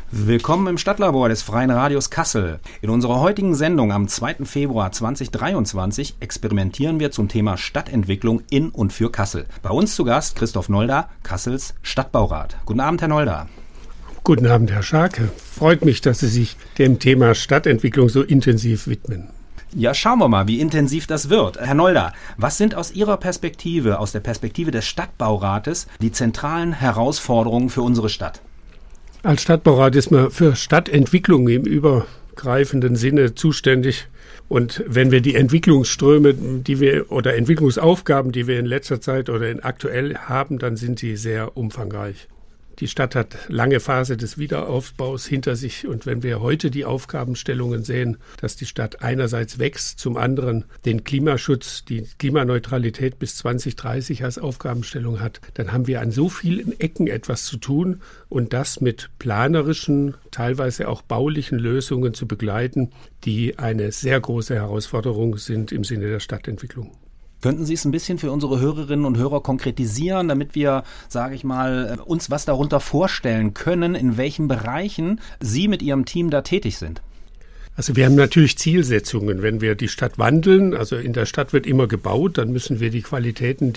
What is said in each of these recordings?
Willkommen im Stadtlabor des Freien Radios Kassel. In unserer heutigen Sendung am 2. Februar 2023 experimentieren wir zum Thema Stadtentwicklung in und für Kassel. Bei uns zu Gast Christoph Nolda, Kassels Stadtbaurat. Guten Abend, Herr Nolda. Guten Abend, Herr Scharke. Freut mich, dass Sie sich dem Thema Stadtentwicklung so intensiv widmen. Ja, schauen wir mal, wie intensiv das wird. Herr Nolda, was sind aus Ihrer Perspektive, aus der Perspektive des Stadtbaurates, die zentralen Herausforderungen für unsere Stadt? Als Stadtbaurat ist man für Stadtentwicklung im übergreifenden Sinne zuständig. Und wenn wir die Entwicklungsströme, oder Entwicklungsaufgaben, die wir in letzter Zeit oder aktuell haben, dann sind die sehr umfangreich. Die Stadt hat lange Phase des Wiederaufbaus hinter sich. Und wenn wir heute die Aufgabenstellungen sehen, dass die Stadt einerseits wächst, zum anderen den Klimaschutz, die Klimaneutralität bis 2030 als Aufgabenstellung hat, dann haben wir an so vielen Ecken etwas zu tun und das mit planerischen, teilweise auch baulichen Lösungen zu begleiten, die eine sehr große Herausforderung sind im Sinne der Stadtentwicklung. Könnten Sie es ein bisschen für unsere Hörerinnen und Hörer konkretisieren, damit wir, sage ich mal, uns was darunter vorstellen können, in welchen Bereichen Sie mit Ihrem Team da tätig sind? Also wir haben natürlich Zielsetzungen. Wenn wir die Stadt wandeln, also in der Stadt wird immer gebaut, dann müssen wir die Qualitäten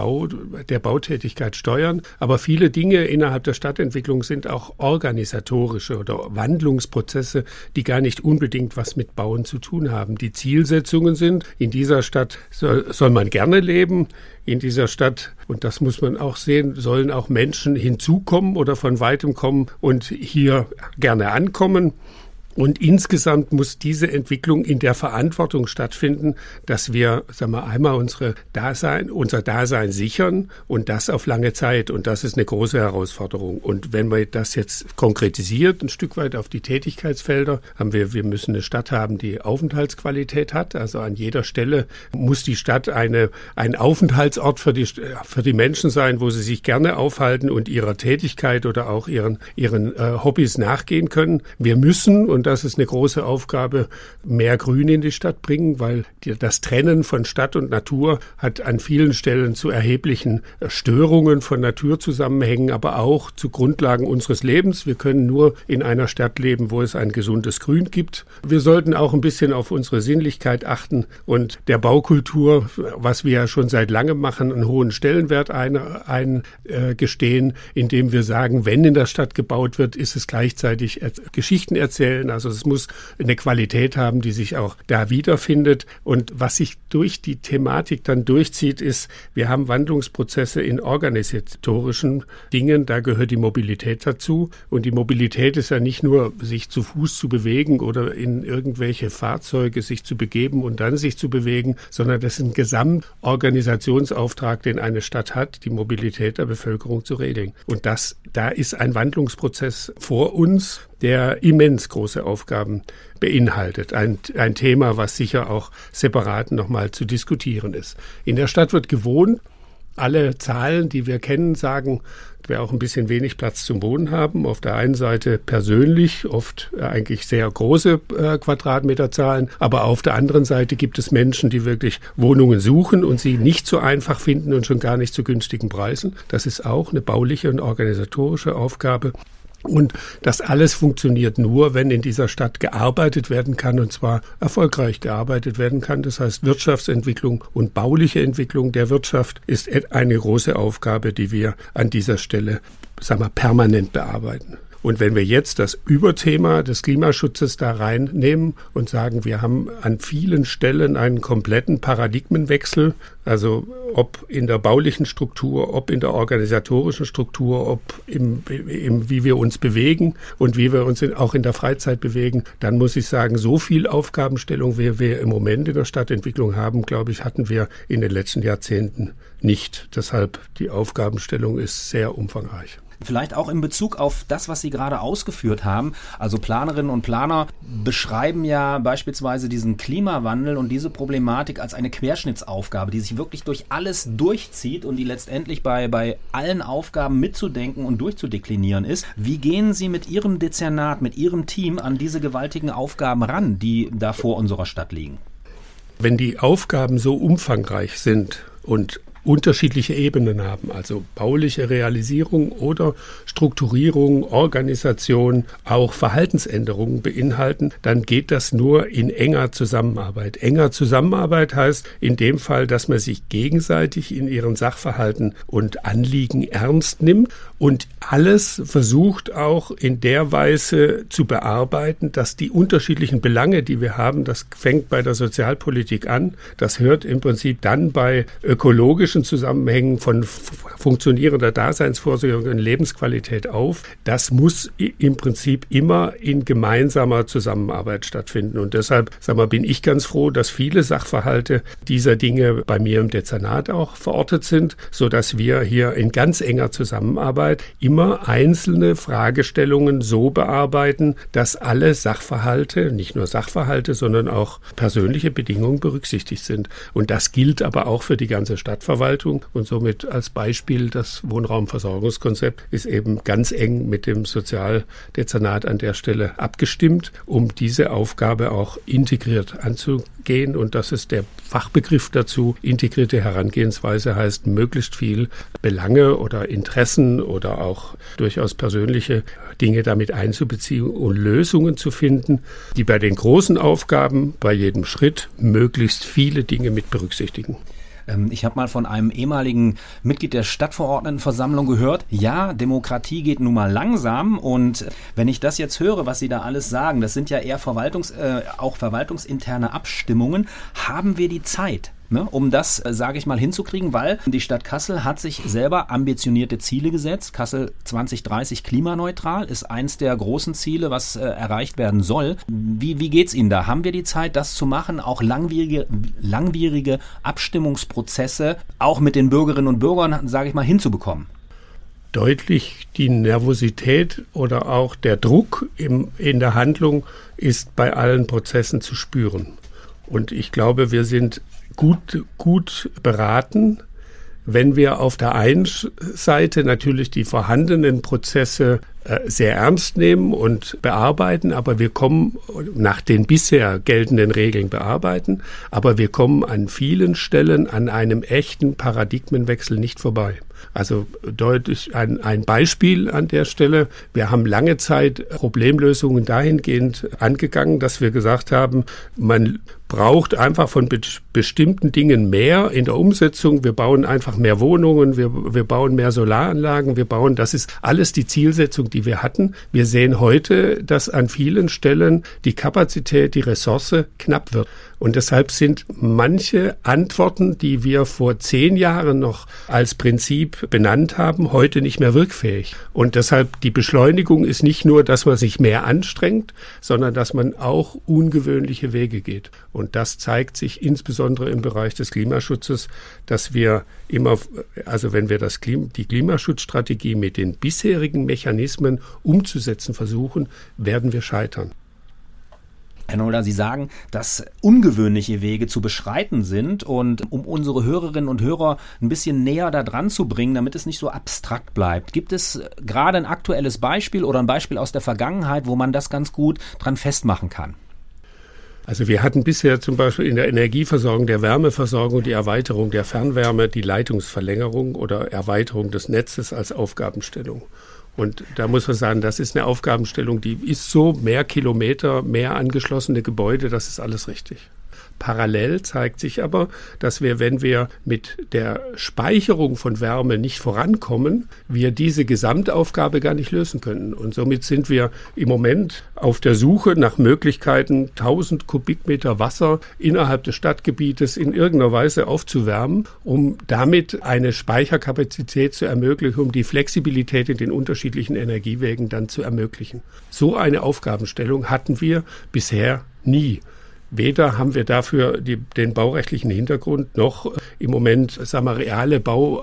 der Bautätigkeit steuern. Aber viele Dinge innerhalb der Stadtentwicklung sind auch organisatorische oder Wandlungsprozesse, die gar nicht unbedingt was mit Bauen zu tun haben. Die Zielsetzungen sind, in dieser Stadt soll man gerne leben. In dieser Stadt, und das muss man auch sehen, sollen auch Menschen hinzukommen oder von weitem kommen und hier gerne ankommen. Und insgesamt muss diese Entwicklung in der Verantwortung stattfinden, dass wir, einmal unser Dasein sichern und das auf lange Zeit. Und das ist eine große Herausforderung. Und wenn wir das jetzt konkretisiert, ein Stück weit auf die Tätigkeitsfelder, wir müssen eine Stadt haben, die Aufenthaltsqualität hat. Also an jeder Stelle muss die Stadt ein Aufenthaltsort für die Menschen sein, wo sie sich gerne aufhalten und ihrer Tätigkeit oder auch ihren Hobbys nachgehen können. Wir müssen, und das ist eine große Aufgabe, mehr Grün in die Stadt bringen, weil das Trennen von Stadt und Natur hat an vielen Stellen zu erheblichen Störungen von Naturzusammenhängen, aber auch zu Grundlagen unseres Lebens. Wir können nur in einer Stadt leben, wo es ein gesundes Grün gibt. Wir sollten auch ein bisschen auf unsere Sinnlichkeit achten und der Baukultur, was wir ja schon seit langem machen, einen hohen Stellenwert eingestehen, indem wir sagen, wenn in der Stadt gebaut wird, ist es gleichzeitig Geschichten erzählen. Also es muss eine Qualität haben, die sich auch da wiederfindet. Und was sich durch die Thematik dann durchzieht, ist, wir haben Wandlungsprozesse in organisatorischen Dingen, da gehört die Mobilität dazu. Und die Mobilität ist ja nicht nur, sich zu Fuß zu bewegen oder in irgendwelche Fahrzeuge sich zu begeben und dann sich zu bewegen, sondern das ist ein Gesamtorganisationsauftrag, den eine Stadt hat, die Mobilität der Bevölkerung zu regeln. Und da ist ein Wandlungsprozess vor uns, der immens große Aufgaben beinhaltet. Ein Thema, was sicher auch separat nochmal zu diskutieren ist. In der Stadt wird gewohnt. Alle Zahlen, die wir kennen, sagen, wir auch ein bisschen wenig Platz zum Wohnen haben. Auf der einen Seite persönlich, oft eigentlich sehr große Quadratmeterzahlen, aber auf der anderen Seite gibt es Menschen, die wirklich Wohnungen suchen und sie nicht so einfach finden und schon gar nicht zu günstigen Preisen. Das ist auch eine bauliche und organisatorische Aufgabe. Und das alles funktioniert nur, wenn in dieser Stadt gearbeitet werden kann, und zwar erfolgreich gearbeitet werden kann. Das heißt, Wirtschaftsentwicklung und bauliche Entwicklung der Wirtschaft ist eine große Aufgabe, die wir an dieser Stelle, permanent bearbeiten. Und wenn wir jetzt das Überthema des Klimaschutzes da reinnehmen und sagen, wir haben an vielen Stellen einen kompletten Paradigmenwechsel, also ob in der baulichen Struktur, ob in der organisatorischen Struktur, ob wie wir uns bewegen und wie wir uns auch in der Freizeit bewegen, dann muss ich sagen, so viel Aufgabenstellung, wie wir im Moment in der Stadtentwicklung haben, glaube ich, hatten wir in den letzten Jahrzehnten nicht. Deshalb die Aufgabenstellung ist sehr umfangreich. Vielleicht auch in Bezug auf das, was Sie gerade ausgeführt haben. Also Planerinnen und Planer beschreiben ja beispielsweise diesen Klimawandel und diese Problematik als eine Querschnittsaufgabe, die sich wirklich durch alles durchzieht und die letztendlich bei allen Aufgaben mitzudenken und durchzudeklinieren ist. Wie gehen Sie mit Ihrem Dezernat, mit Ihrem Team an diese gewaltigen Aufgaben ran, die da vor unserer Stadt liegen? Wenn die Aufgaben so umfangreich sind und unterschiedliche Ebenen haben, also bauliche Realisierung oder Strukturierung, Organisation, auch Verhaltensänderungen beinhalten, dann geht das nur in enger Zusammenarbeit. Enger Zusammenarbeit heißt in dem Fall, dass man sich gegenseitig in ihren Sachverhalten und Anliegen ernst nimmt und alles versucht auch in der Weise zu bearbeiten, dass die unterschiedlichen Belange, die wir haben, das fängt bei der Sozialpolitik an, das hört im Prinzip dann bei ökologischen Zusammenhängen von funktionierender Daseinsvorsorge und Lebensqualität auf. Das muss im Prinzip immer in gemeinsamer Zusammenarbeit stattfinden. Und deshalb, bin ich ganz froh, dass viele Sachverhalte dieser Dinge bei mir im Dezernat auch verortet sind, sodass wir hier in ganz enger Zusammenarbeit immer einzelne Fragestellungen so bearbeiten, dass alle Sachverhalte, nicht nur Sachverhalte, sondern auch persönliche Bedingungen berücksichtigt sind. Und das gilt aber auch für die ganze Stadtverwaltung. Und somit als Beispiel, das Wohnraumversorgungskonzept ist eben ganz eng mit dem Sozialdezernat an der Stelle abgestimmt, um diese Aufgabe auch integriert anzugehen. Und das ist der Fachbegriff dazu. Integrierte Herangehensweise heißt, möglichst viel Belange oder Interessen oder auch durchaus persönliche Dinge damit einzubeziehen und Lösungen zu finden, die bei den großen Aufgaben, bei jedem Schritt möglichst viele Dinge mit berücksichtigen. Ich habe mal von einem ehemaligen Mitglied der Stadtverordnetenversammlung gehört, ja, Demokratie geht nun mal langsam, und wenn ich das jetzt höre, was Sie da alles sagen, das sind ja eher auch verwaltungsinterne Abstimmungen, haben wir die Zeit? Um das, sage ich mal, hinzukriegen, weil die Stadt Kassel hat sich selber ambitionierte Ziele gesetzt. Kassel 2030 klimaneutral ist eins der großen Ziele, was erreicht werden soll. Wie geht's Ihnen da? Haben wir die Zeit, das zu machen, auch langwierige Abstimmungsprozesse auch mit den Bürgerinnen und Bürgern, sage ich mal, hinzubekommen? Deutlich die Nervosität oder auch der Druck in der Handlung ist bei allen Prozessen zu spüren. Und ich glaube, wir sind gut beraten, wenn wir auf der einen Seite natürlich die vorhandenen Prozesse sehr ernst nehmen und bearbeiten, aber wir kommen nach den bisher geltenden Regeln bearbeiten, aber wir kommen an vielen Stellen an einem echten Paradigmenwechsel nicht vorbei. Also deutlich ein Beispiel an der Stelle. Wir haben lange Zeit Problemlösungen dahingehend angegangen, dass wir gesagt haben, man braucht einfach von bestimmten Dingen mehr in der Umsetzung. Wir bauen einfach mehr Wohnungen, wir bauen mehr Solaranlagen, das ist alles die Zielsetzung, die wir hatten. Wir sehen heute, dass an vielen Stellen die Kapazität, die Ressource knapp wird. Und deshalb sind manche Antworten, die wir vor 10 Jahren noch als Prinzip benannt haben, heute nicht mehr wirkfähig. Und deshalb die Beschleunigung ist nicht nur, dass man sich mehr anstrengt, sondern dass man auch ungewöhnliche Wege geht. Und das zeigt sich insbesondere im Bereich des Klimaschutzes, dass wir immer, also wenn wir die Klimaschutzstrategie mit den bisherigen Mechanismen umzusetzen versuchen, werden wir scheitern. Herr Nolda, Sie sagen, dass ungewöhnliche Wege zu beschreiten sind, und um unsere Hörerinnen und Hörer ein bisschen näher da dran zu bringen, damit es nicht so abstrakt bleibt. Gibt es gerade ein aktuelles Beispiel oder ein Beispiel aus der Vergangenheit, wo man das ganz gut dran festmachen kann? Also wir hatten bisher zum Beispiel in der Energieversorgung, der Wärmeversorgung, die Erweiterung der Fernwärme, die Leitungsverlängerung oder Erweiterung des Netzes als Aufgabenstellung. Und da muss man sagen, das ist eine Aufgabenstellung, die ist so mehr Kilometer, mehr angeschlossene Gebäude, das ist alles richtig. Parallel zeigt sich aber, dass wir, wenn wir mit der Speicherung von Wärme nicht vorankommen, wir diese Gesamtaufgabe gar nicht lösen können. Und somit sind wir im Moment auf der Suche nach Möglichkeiten, 1000 Kubikmeter Wasser innerhalb des Stadtgebietes in irgendeiner Weise aufzuwärmen, um damit eine Speicherkapazität zu ermöglichen, um die Flexibilität in den unterschiedlichen Energiewegen dann zu ermöglichen. So eine Aufgabenstellung hatten wir bisher nie. Weder haben wir dafür den baurechtlichen Hintergrund noch im Moment, reale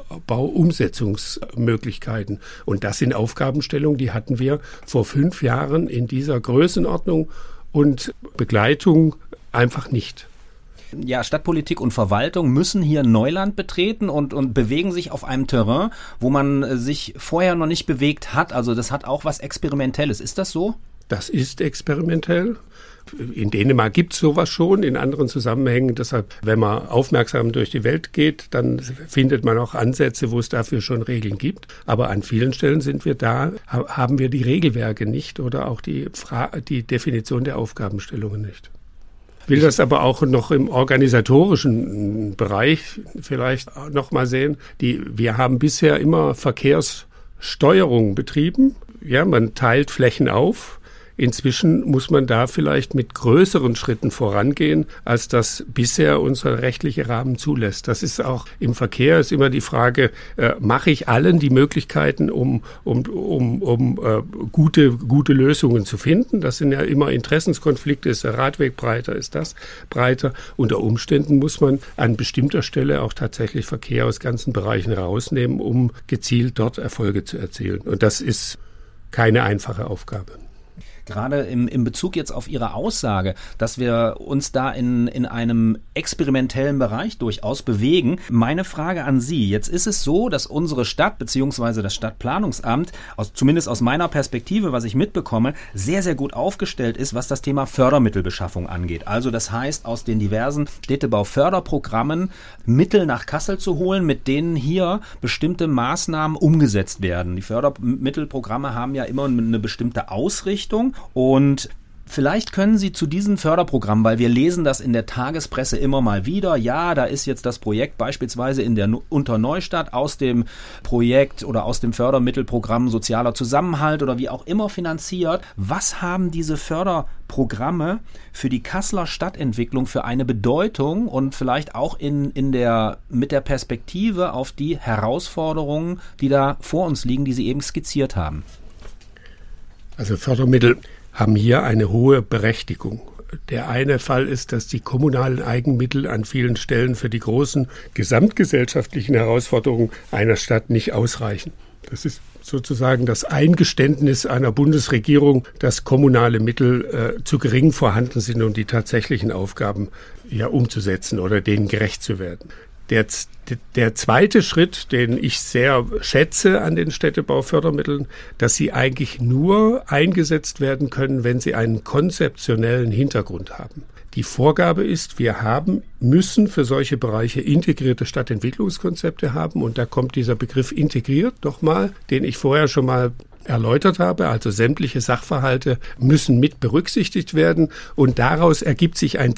Bauumsetzungsmöglichkeiten. Und das sind Aufgabenstellungen, die hatten wir vor 5 Jahren in dieser Größenordnung und Begleitung einfach nicht. Ja, Stadtpolitik und Verwaltung müssen hier Neuland betreten und bewegen sich auf einem Terrain, wo man sich vorher noch nicht bewegt hat. Also das hat auch was Experimentelles. Ist das so? Das ist experimentell. In Dänemark gibt es sowas schon, in anderen Zusammenhängen. Deshalb, wenn man aufmerksam durch die Welt geht, dann findet man auch Ansätze, wo es dafür schon Regeln gibt. Aber an vielen Stellen haben wir die Regelwerke nicht oder auch die Definition der Aufgabenstellungen nicht. Ich will das aber auch noch im organisatorischen Bereich vielleicht noch mal sehen. Wir haben bisher immer Verkehrssteuerung betrieben. Ja, man teilt Flächen auf. Inzwischen muss man da vielleicht mit größeren Schritten vorangehen, als das bisher unser rechtlicher Rahmen zulässt. Das ist auch im Verkehr ist immer die Frage, mache ich allen die Möglichkeiten, um gute Lösungen zu finden? Das sind ja immer Interessenskonflikte. Ist der Radweg breiter? Ist das breiter? Unter Umständen muss man an bestimmter Stelle auch tatsächlich Verkehr aus ganzen Bereichen rausnehmen, um gezielt dort Erfolge zu erzielen. Und das ist keine einfache Aufgabe. Gerade im Bezug jetzt auf Ihre Aussage, dass wir uns da in einem experimentellen Bereich durchaus bewegen. Meine Frage an Sie, jetzt ist es so, dass unsere Stadt bzw. das Stadtplanungsamt, zumindest aus meiner Perspektive, was ich mitbekomme, sehr, sehr gut aufgestellt ist, was das Thema Fördermittelbeschaffung angeht. Also das heißt, aus den diversen Städtebauförderprogrammen Mittel nach Kassel zu holen, mit denen hier bestimmte Maßnahmen umgesetzt werden. Die Fördermittelprogramme haben ja immer eine bestimmte Ausrichtung. Und vielleicht können Sie zu diesen Förderprogrammen, weil wir lesen das in der Tagespresse immer mal wieder, ja, da ist jetzt das Projekt beispielsweise in der Unterneustadt aus dem Projekt oder aus dem Fördermittelprogramm Sozialer Zusammenhalt oder wie auch immer finanziert. Was haben diese Förderprogramme für die Kasseler Stadtentwicklung für eine Bedeutung und vielleicht auch mit der Perspektive auf die Herausforderungen, die da vor uns liegen, die Sie eben skizziert haben? Also Fördermittel haben hier eine hohe Berechtigung. Der eine Fall ist, dass die kommunalen Eigenmittel an vielen Stellen für die großen gesamtgesellschaftlichen Herausforderungen einer Stadt nicht ausreichen. Das ist sozusagen das Eingeständnis einer Bundesregierung, dass kommunale Mittel zu gering vorhanden sind, um die tatsächlichen Aufgaben umzusetzen oder denen gerecht zu werden. Der zweite Schritt, den ich sehr schätze an den Städtebaufördermitteln, dass sie eigentlich nur eingesetzt werden können, wenn sie einen konzeptionellen Hintergrund haben. Die Vorgabe ist, wir müssen für solche Bereiche integrierte Stadtentwicklungskonzepte haben. Und da kommt dieser Begriff integriert nochmal, den ich vorher schon mal erläutert habe. Also sämtliche Sachverhalte müssen mit berücksichtigt werden. Und daraus ergibt sich ein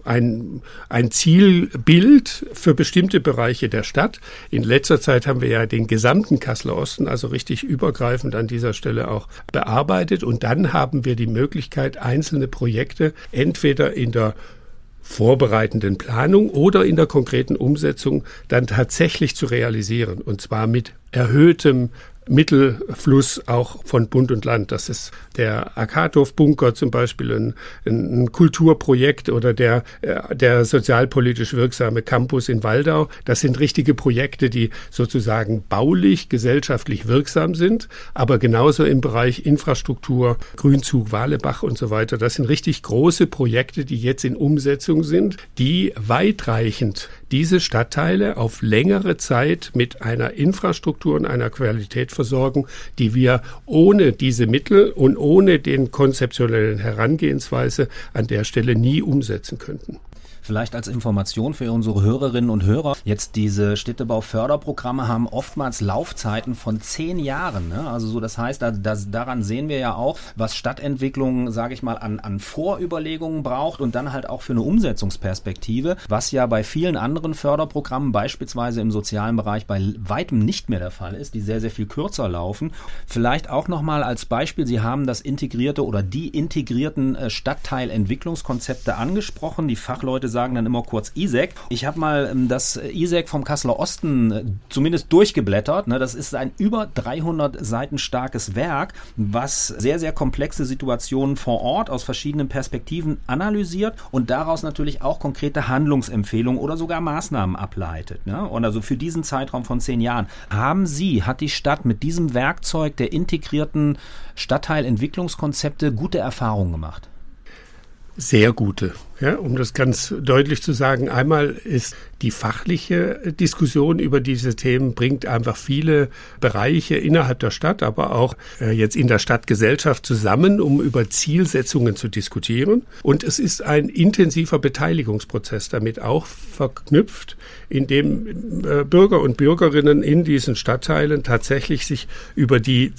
Zielbild für bestimmte Bereiche der Stadt. In letzter Zeit haben wir ja den gesamten Kasseler Osten, also richtig übergreifend an dieser Stelle auch bearbeitet. Und dann haben wir die Möglichkeit, einzelne Projekte entweder in der vorbereitenden Planung oder in der konkreten Umsetzung dann tatsächlich zu realisieren. Und zwar mit erhöhtem Mittelfluss auch von Bund und Land. Das ist der Arkadhof-Bunker zum Beispiel, ein Kulturprojekt oder der sozialpolitisch wirksame Campus in Waldau. Das sind richtige Projekte, die sozusagen baulich, gesellschaftlich wirksam sind, aber genauso im Bereich Infrastruktur, Grünzug, Walebach und so weiter. Das sind richtig große Projekte, die jetzt in Umsetzung sind, die weitreichend diese Stadtteile auf längere Zeit mit einer Infrastruktur und einer Qualität versorgen, die wir ohne diese Mittel und ohne den konzeptionellen Herangehensweise an der Stelle nie umsetzen könnten. Vielleicht als Information für unsere Hörerinnen und Hörer. Jetzt diese Städtebauförderprogramme haben oftmals Laufzeiten von 10 Jahren. Ne? Also so, das heißt, daran sehen wir ja auch, was Stadtentwicklung, sage ich mal, an Vorüberlegungen braucht und dann halt auch für eine Umsetzungsperspektive, was ja bei vielen anderen Förderprogrammen, beispielsweise im sozialen Bereich, bei weitem nicht mehr der Fall ist, die sehr, sehr viel kürzer laufen. Vielleicht auch nochmal als Beispiel, Sie haben das integrierte oder die integrierten Stadtteilentwicklungskonzepte angesprochen. Die Fachleute sagen dann immer kurz ISEC. Ich habe mal das ISEC vom Kasseler Osten zumindest durchgeblättert. Das ist ein über 300 Seiten starkes Werk, was sehr, sehr komplexe Situationen vor Ort aus verschiedenen Perspektiven analysiert und daraus natürlich auch konkrete Handlungsempfehlungen oder sogar Maßnahmen ableitet. Und also für diesen Zeitraum von 10 Jahren. Hat die Stadt mit diesem Werkzeug der integrierten Stadtteilentwicklungskonzepte gute Erfahrungen gemacht? Sehr gute. Ja, um das ganz deutlich zu sagen, einmal ist die fachliche Diskussion über diese Themen bringt einfach viele Bereiche innerhalb der Stadt, aber auch jetzt in der Stadtgesellschaft zusammen, um über Zielsetzungen zu diskutieren. Und es ist ein intensiver Beteiligungsprozess damit auch verknüpft, in dem Bürger und Bürgerinnen in diesen Stadtteilen tatsächlich sich über die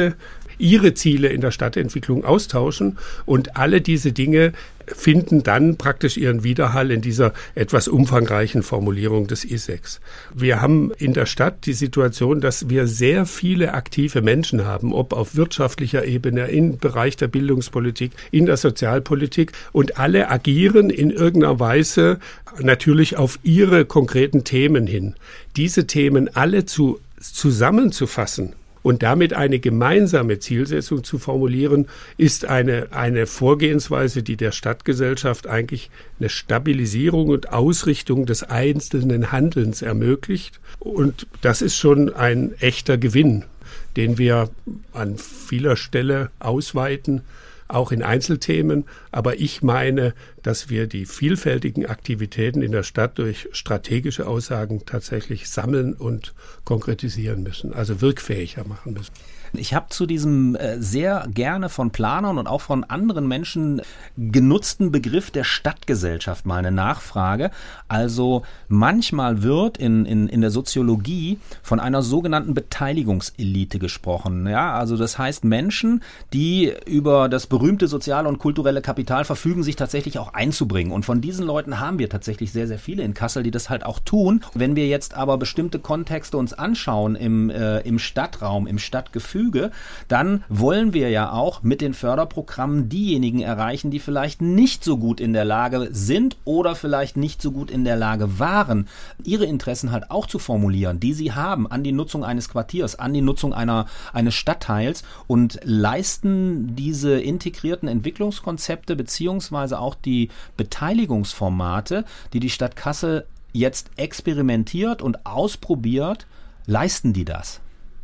ihre Ziele in der Stadtentwicklung austauschen und alle diese Dinge finden dann praktisch ihren Widerhall in dieser etwas umfangreichen Formulierung des I6. Wir haben in der Stadt die Situation, dass wir sehr viele aktive Menschen haben, ob auf wirtschaftlicher Ebene, im Bereich der Bildungspolitik, in der Sozialpolitik und alle agieren in irgendeiner Weise natürlich auf ihre konkreten Themen hin. Diese Themen alle zusammenzufassen und damit eine gemeinsame Zielsetzung zu formulieren, ist eine Vorgehensweise, die der Stadtgesellschaft eigentlich eine Stabilisierung und Ausrichtung des einzelnen Handelns ermöglicht. Und das ist schon ein echter Gewinn, den wir an vieler Stelle ausweiten, auch in Einzelthemen. Aber ich meine, dass wir die vielfältigen Aktivitäten in der Stadt durch strategische Aussagen tatsächlich sammeln und konkretisieren müssen, also wirkfähiger machen müssen. Ich habe zu diesem sehr gerne von Planern und auch von anderen Menschen genutzten Begriff der Stadtgesellschaft mal eine Nachfrage. Also manchmal wird in der Soziologie von einer sogenannten Beteiligungselite gesprochen. Ja, also das heißt Menschen, die über das berühmte soziale und kulturelle Kapital verfügen, sich tatsächlich auch einzubringen. Und von diesen Leuten haben wir tatsächlich sehr, sehr viele in Kassel, die das halt auch tun. Wenn wir jetzt aber bestimmte Kontexte uns anschauen im Stadtraum, im Stadtgefüge, dann wollen wir ja auch mit den Förderprogrammen diejenigen erreichen, die vielleicht nicht so gut in der Lage sind oder vielleicht nicht so gut in der Lage waren, ihre Interessen halt auch zu formulieren, die sie haben an die Nutzung eines Quartiers, an die Nutzung eines Stadtteils und leisten diese integrierten Entwicklungskonzepte beziehungsweise auch die Beteiligungsformate, die die Stadt Kassel jetzt experimentiert und ausprobiert, leisten die das?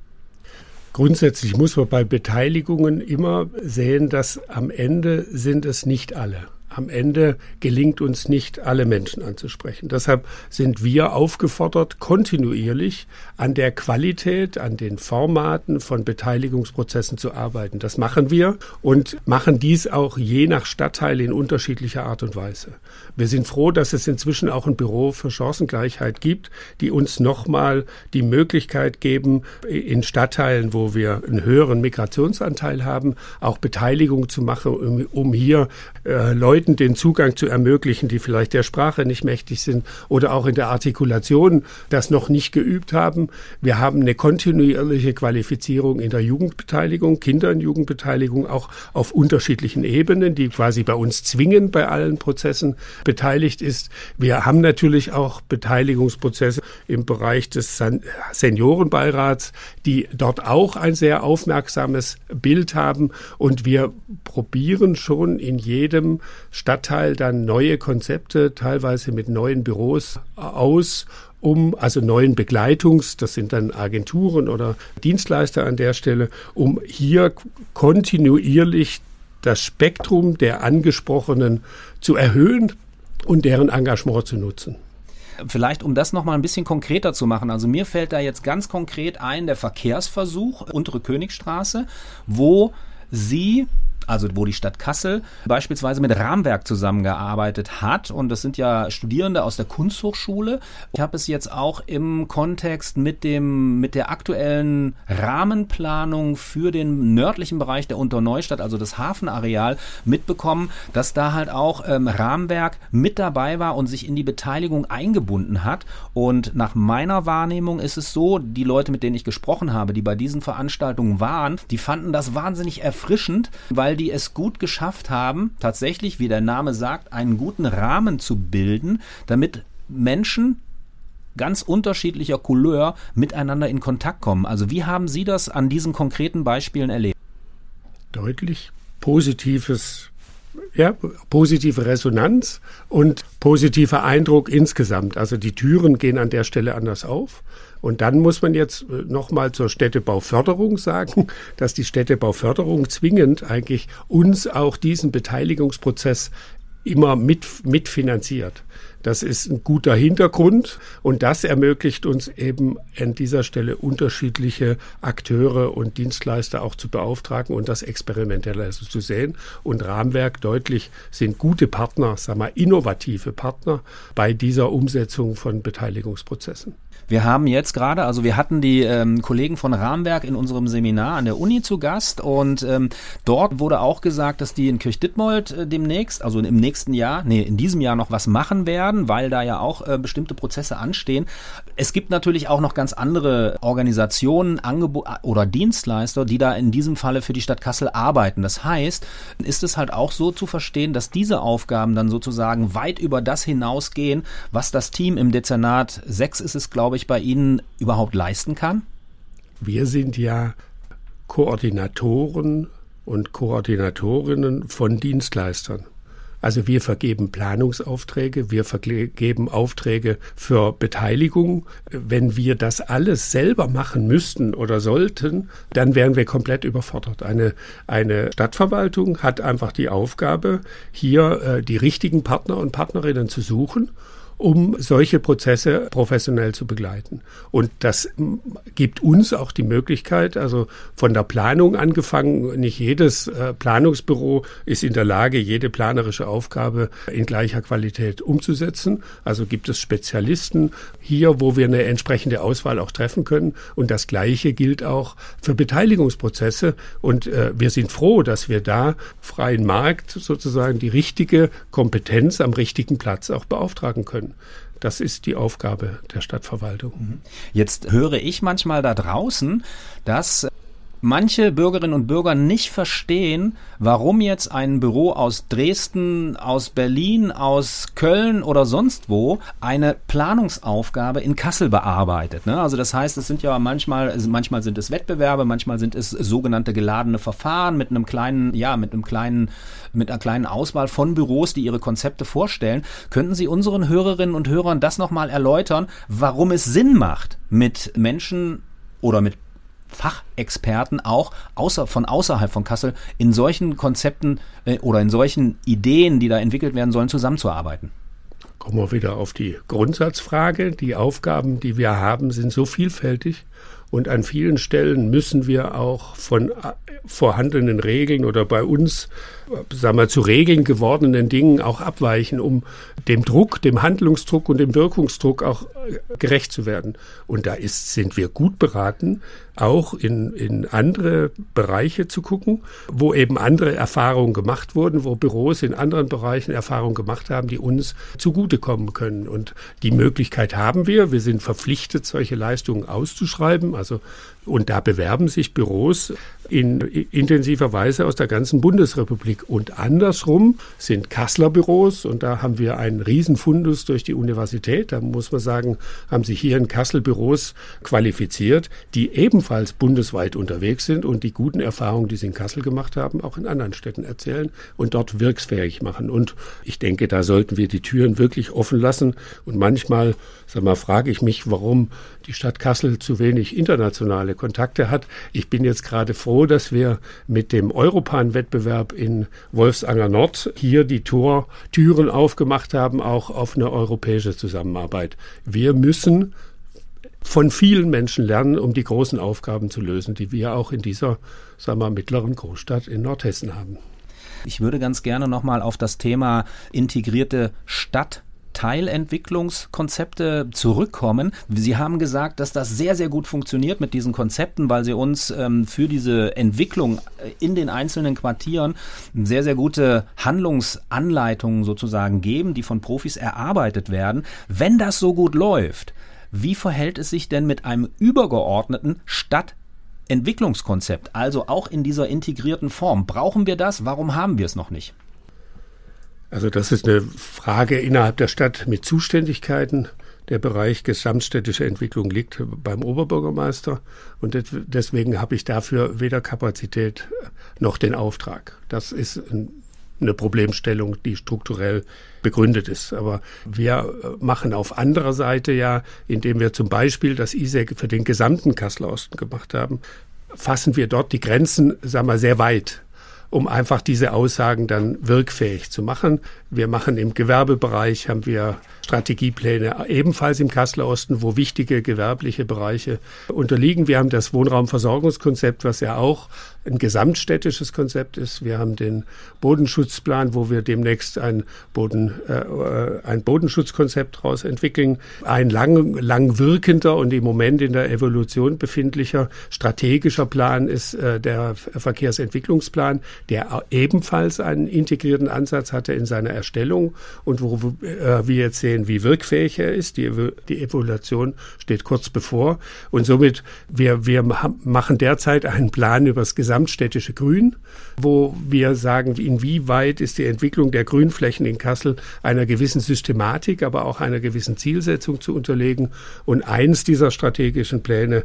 Grundsätzlich muss man bei Beteiligungen immer sehen, dass am Ende sind es nicht alle. Am Ende gelingt uns nicht, alle Menschen anzusprechen. Deshalb sind wir aufgefordert, kontinuierlich an der Qualität, an den Formaten von Beteiligungsprozessen zu arbeiten. Das machen wir und machen dies auch je nach Stadtteil in unterschiedlicher Art und Weise. Wir sind froh, dass es inzwischen auch ein Büro für Chancengleichheit gibt, die uns nochmal die Möglichkeit geben, in Stadtteilen, wo wir einen höheren Migrationsanteil haben, auch Beteiligung zu machen, um hier Leuten den Zugang zu ermöglichen, die vielleicht der Sprache nicht mächtig sind oder auch in der Artikulation das noch nicht geübt haben. Wir haben eine kontinuierliche Qualifizierung in der Jugendbeteiligung, Kinder- und Jugendbeteiligung, auch auf unterschiedlichen Ebenen, die quasi bei uns zwingend bei allen Prozessen beteiligt ist. Wir haben natürlich auch Beteiligungsprozesse im Bereich des Seniorenbeirats, die dort auch ein sehr aufmerksames Bild haben. Und wir probieren schon in jedem Stadtteil dann neue Konzepte, teilweise mit neuen Büros also neuen das sind dann Agenturen oder Dienstleister an der Stelle, um hier kontinuierlich das Spektrum der Angesprochenen zu erhöhen und deren Engagement zu nutzen. Vielleicht, um das nochmal ein bisschen konkreter zu machen. Also mir fällt da jetzt ganz konkret ein, der Verkehrsversuch, Untere Königstraße, wo die Stadt Kassel beispielsweise mit Rahmenwerk zusammengearbeitet hat. Und das sind ja Studierende aus der Kunsthochschule. Ich habe es jetzt auch im Kontext mit der aktuellen Rahmenplanung für den nördlichen Bereich der Unterneustadt, also das Hafenareal, mitbekommen, dass da halt auch Rahmenwerk mit dabei war und sich in die Beteiligung eingebunden hat. Und nach meiner Wahrnehmung ist es so, die Leute, mit denen ich gesprochen habe, die bei diesen Veranstaltungen waren, die fanden das wahnsinnig erfrischend, weil die es gut geschafft haben, tatsächlich, wie der Name sagt, einen guten Rahmen zu bilden, damit Menschen ganz unterschiedlicher Couleur miteinander in Kontakt kommen. Also wie haben Sie das an diesen konkreten Beispielen erlebt? Deutlich positive Resonanz und positiver Eindruck insgesamt. Also die Türen gehen an der Stelle anders auf. Und dann muss man jetzt nochmal zur Städtebauförderung sagen, dass die Städtebauförderung zwingend eigentlich uns auch diesen Beteiligungsprozess immer mitfinanziert. Das ist ein guter Hintergrund und das ermöglicht uns eben an dieser Stelle unterschiedliche Akteure und Dienstleister auch zu beauftragen und das experimentell also zu sehen. Und Rahmenwerk deutlich sind gute Partner, innovative Partner bei dieser Umsetzung von Beteiligungsprozessen. Wir haben jetzt gerade, also wir hatten die Kollegen von Rahmenwerk in unserem Seminar an der Uni zu Gast und dort wurde auch gesagt, dass die in Kirchditmold demnächst, also in diesem Jahr noch was machen werden, weil da ja auch bestimmte Prozesse anstehen. Es gibt natürlich auch noch ganz andere Organisationen, oder Dienstleister, die da in diesem Falle für die Stadt Kassel arbeiten. Das heißt, ist es halt auch so zu verstehen, dass diese Aufgaben dann sozusagen weit über das hinausgehen, was das Team im Dezernat 6 ist es, glaube ich, bei Ihnen überhaupt leisten kann? Wir sind ja Koordinatoren und Koordinatorinnen von Dienstleistern. Also wir vergeben Planungsaufträge, wir vergeben Aufträge für Beteiligung. Wenn wir das alles selber machen müssten oder sollten, dann wären wir komplett überfordert. Eine Stadtverwaltung hat einfach die Aufgabe, hier die richtigen Partner und Partnerinnen zu suchen, um solche Prozesse professionell zu begleiten. Und das gibt uns auch die Möglichkeit, also von der Planung angefangen, nicht jedes Planungsbüro ist in der Lage, jede planerische Aufgabe in gleicher Qualität umzusetzen. Also gibt es Spezialisten hier, wo wir eine entsprechende Auswahl auch treffen können. Und das Gleiche gilt auch für Beteiligungsprozesse. Und wir sind froh, dass wir da freien Markt sozusagen die richtige Kompetenz am richtigen Platz auch beauftragen können. Das ist die Aufgabe der Stadtverwaltung. Jetzt höre ich manchmal da draußen, dass manche Bürgerinnen und Bürger nicht verstehen, warum jetzt ein Büro aus Dresden, aus Berlin, aus Köln oder sonst wo eine Planungsaufgabe in Kassel bearbeitet. Ne? Also das heißt, es sind ja manchmal sind es Wettbewerbe, manchmal sind es sogenannte geladene Verfahren mit einer kleinen Auswahl von Büros, die ihre Konzepte vorstellen. Könnten Sie unseren Hörerinnen und Hörern das nochmal erläutern, warum es Sinn macht, mit Menschen oder mit Fachexperten auch von außerhalb von Kassel in solchen Konzepten oder in solchen Ideen, die da entwickelt werden sollen, zusammenzuarbeiten? Kommen wir wieder auf die Grundsatzfrage. Die Aufgaben, die wir haben, sind so vielfältig und an vielen Stellen müssen wir auch von vorhandenen Regeln oder bei uns, zu Regeln gewordenen Dingen auch abweichen, um dem Druck, dem Handlungsdruck und dem Wirkungsdruck auch gerecht zu werden. Und sind wir gut beraten, auch in andere Bereiche zu gucken, wo eben andere Erfahrungen gemacht wurden, wo Büros in anderen Bereichen Erfahrungen gemacht haben, die uns zugutekommen können. Und die Möglichkeit haben wir. Wir sind verpflichtet, solche Leistungen auszuschreiben. Und da bewerben sich Büros in intensiver Weise aus der ganzen Bundesrepublik. Und andersrum sind Kasseler Büros, und da haben wir einen Riesenfundus durch die Universität, da muss man sagen, haben sich hier in Kassel Büros qualifiziert, die ebenfalls bundesweit unterwegs sind und die guten Erfahrungen, die sie in Kassel gemacht haben, auch in anderen Städten erzählen und dort wirksfähig machen. Und ich denke, da sollten wir die Türen wirklich offen lassen. Und manchmal, frage ich mich, warum die Stadt Kassel zu wenig internationale Kontakte hat. Ich bin jetzt gerade froh, dass wir mit dem Europan-Wettbewerb in Wolfsanger Nord hier die Türen aufgemacht haben, auch auf eine europäische Zusammenarbeit. Wir müssen von vielen Menschen lernen, um die großen Aufgaben zu lösen, die wir auch in dieser, mittleren Großstadt in Nordhessen haben. Ich würde ganz gerne nochmal auf das Thema integrierte Teilentwicklungskonzepte zurückkommen. Sie haben gesagt, dass das sehr, sehr gut funktioniert mit diesen Konzepten, weil sie uns für diese Entwicklung in den einzelnen Quartieren sehr, sehr gute Handlungsanleitungen sozusagen geben, die von Profis erarbeitet werden. Wenn das so gut läuft, wie verhält es sich denn mit einem übergeordneten Stadtentwicklungskonzept, also auch in dieser integrierten Form? Brauchen wir das? Warum haben wir es noch nicht? Also das ist eine Frage innerhalb der Stadt mit Zuständigkeiten. Der Bereich gesamtstädtische Entwicklung liegt beim Oberbürgermeister und deswegen habe ich dafür weder Kapazität noch den Auftrag. Das ist eine Problemstellung, die strukturell begründet ist. Aber wir machen auf anderer Seite ja, indem wir zum Beispiel das ISEG für den gesamten Kasseler Osten gemacht haben, fassen wir dort die Grenzen, sehr weit. um einfach diese Aussagen dann wirkfähig zu machen. Wir machen im Gewerbebereich, haben wir Strategiepläne, ebenfalls im Kasseler Osten, wo wichtige gewerbliche Bereiche unterliegen. Wir haben das Wohnraumversorgungskonzept, was ja auch ein gesamtstädtisches Konzept ist. Wir haben den Bodenschutzplan, wo wir demnächst ein Bodenschutzkonzept daraus entwickeln. Ein lang wirkender und im Moment in der Evolution befindlicher strategischer Plan ist der Verkehrsentwicklungsplan, der ebenfalls einen integrierten Ansatz hatte in seiner Erstellung und wo wir jetzt sehen, wie wirkfähig er ist. Die Evaluation steht kurz bevor und somit wir machen derzeit einen Plan über das gesamtstädtische Grün, wo wir sagen, inwieweit ist die Entwicklung der Grünflächen in Kassel einer gewissen Systematik, aber auch einer gewissen Zielsetzung zu unterlegen. Und einer dieser strategischen Pläne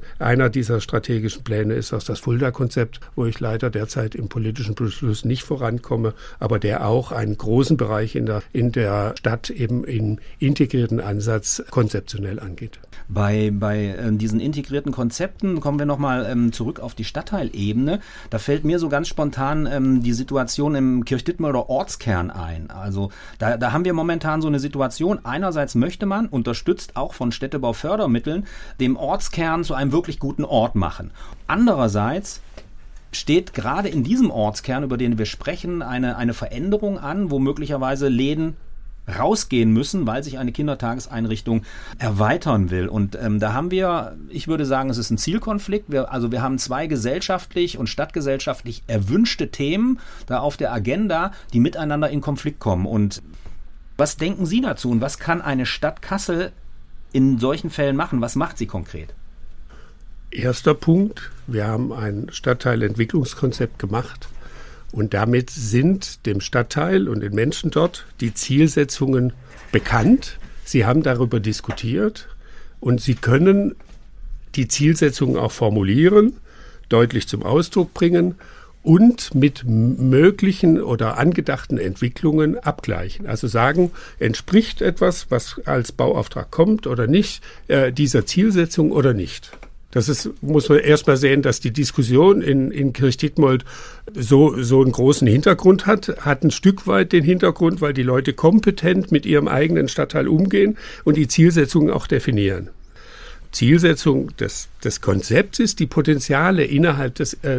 ist auch das Fulda-Konzept, wo ich leider derzeit im politischen Beschluss nicht vorankomme, aber der auch einen großen Bereich in der Stadt eben im integrierten Ansatz konzeptionell angeht. Bei diesen integrierten Konzepten kommen wir nochmal zurück auf die Stadtteilebene. Da fällt mir so ganz spontan die Situation im Kirchdittmolder Ortskern ein. Also da haben wir momentan so eine Situation. Einerseits möchte man, unterstützt auch von Städtebaufördermitteln, dem Ortskern zu einem wirklich guten Ort machen. Andererseits steht gerade in diesem Ortskern, über den wir sprechen, eine Veränderung an, wo möglicherweise Läden rausgehen müssen, weil sich eine Kindertageseinrichtung erweitern will. Und da haben wir, ich würde sagen, es ist ein Zielkonflikt. Wir haben zwei gesellschaftlich und stadtgesellschaftlich erwünschte Themen da auf der Agenda, die miteinander in Konflikt kommen. Und was denken Sie dazu und was kann eine Stadt Kassel in solchen Fällen machen? Was macht sie konkret? Erster Punkt, wir haben ein Stadtteilentwicklungskonzept gemacht. Und damit sind dem Stadtteil und den Menschen dort die Zielsetzungen bekannt. Sie haben darüber diskutiert und sie können die Zielsetzungen auch formulieren, deutlich zum Ausdruck bringen und mit möglichen oder angedachten Entwicklungen abgleichen. Also sagen, entspricht etwas, was als Bauauftrag kommt oder nicht, dieser Zielsetzung oder nicht. Muss man erstmal sehen, dass die Diskussion in Kirchdittmold so einen großen Hintergrund hat ein Stück weit den Hintergrund, weil die Leute kompetent mit ihrem eigenen Stadtteil umgehen und die Zielsetzungen auch definieren. Zielsetzung des Konzepts ist, die Potenziale innerhalb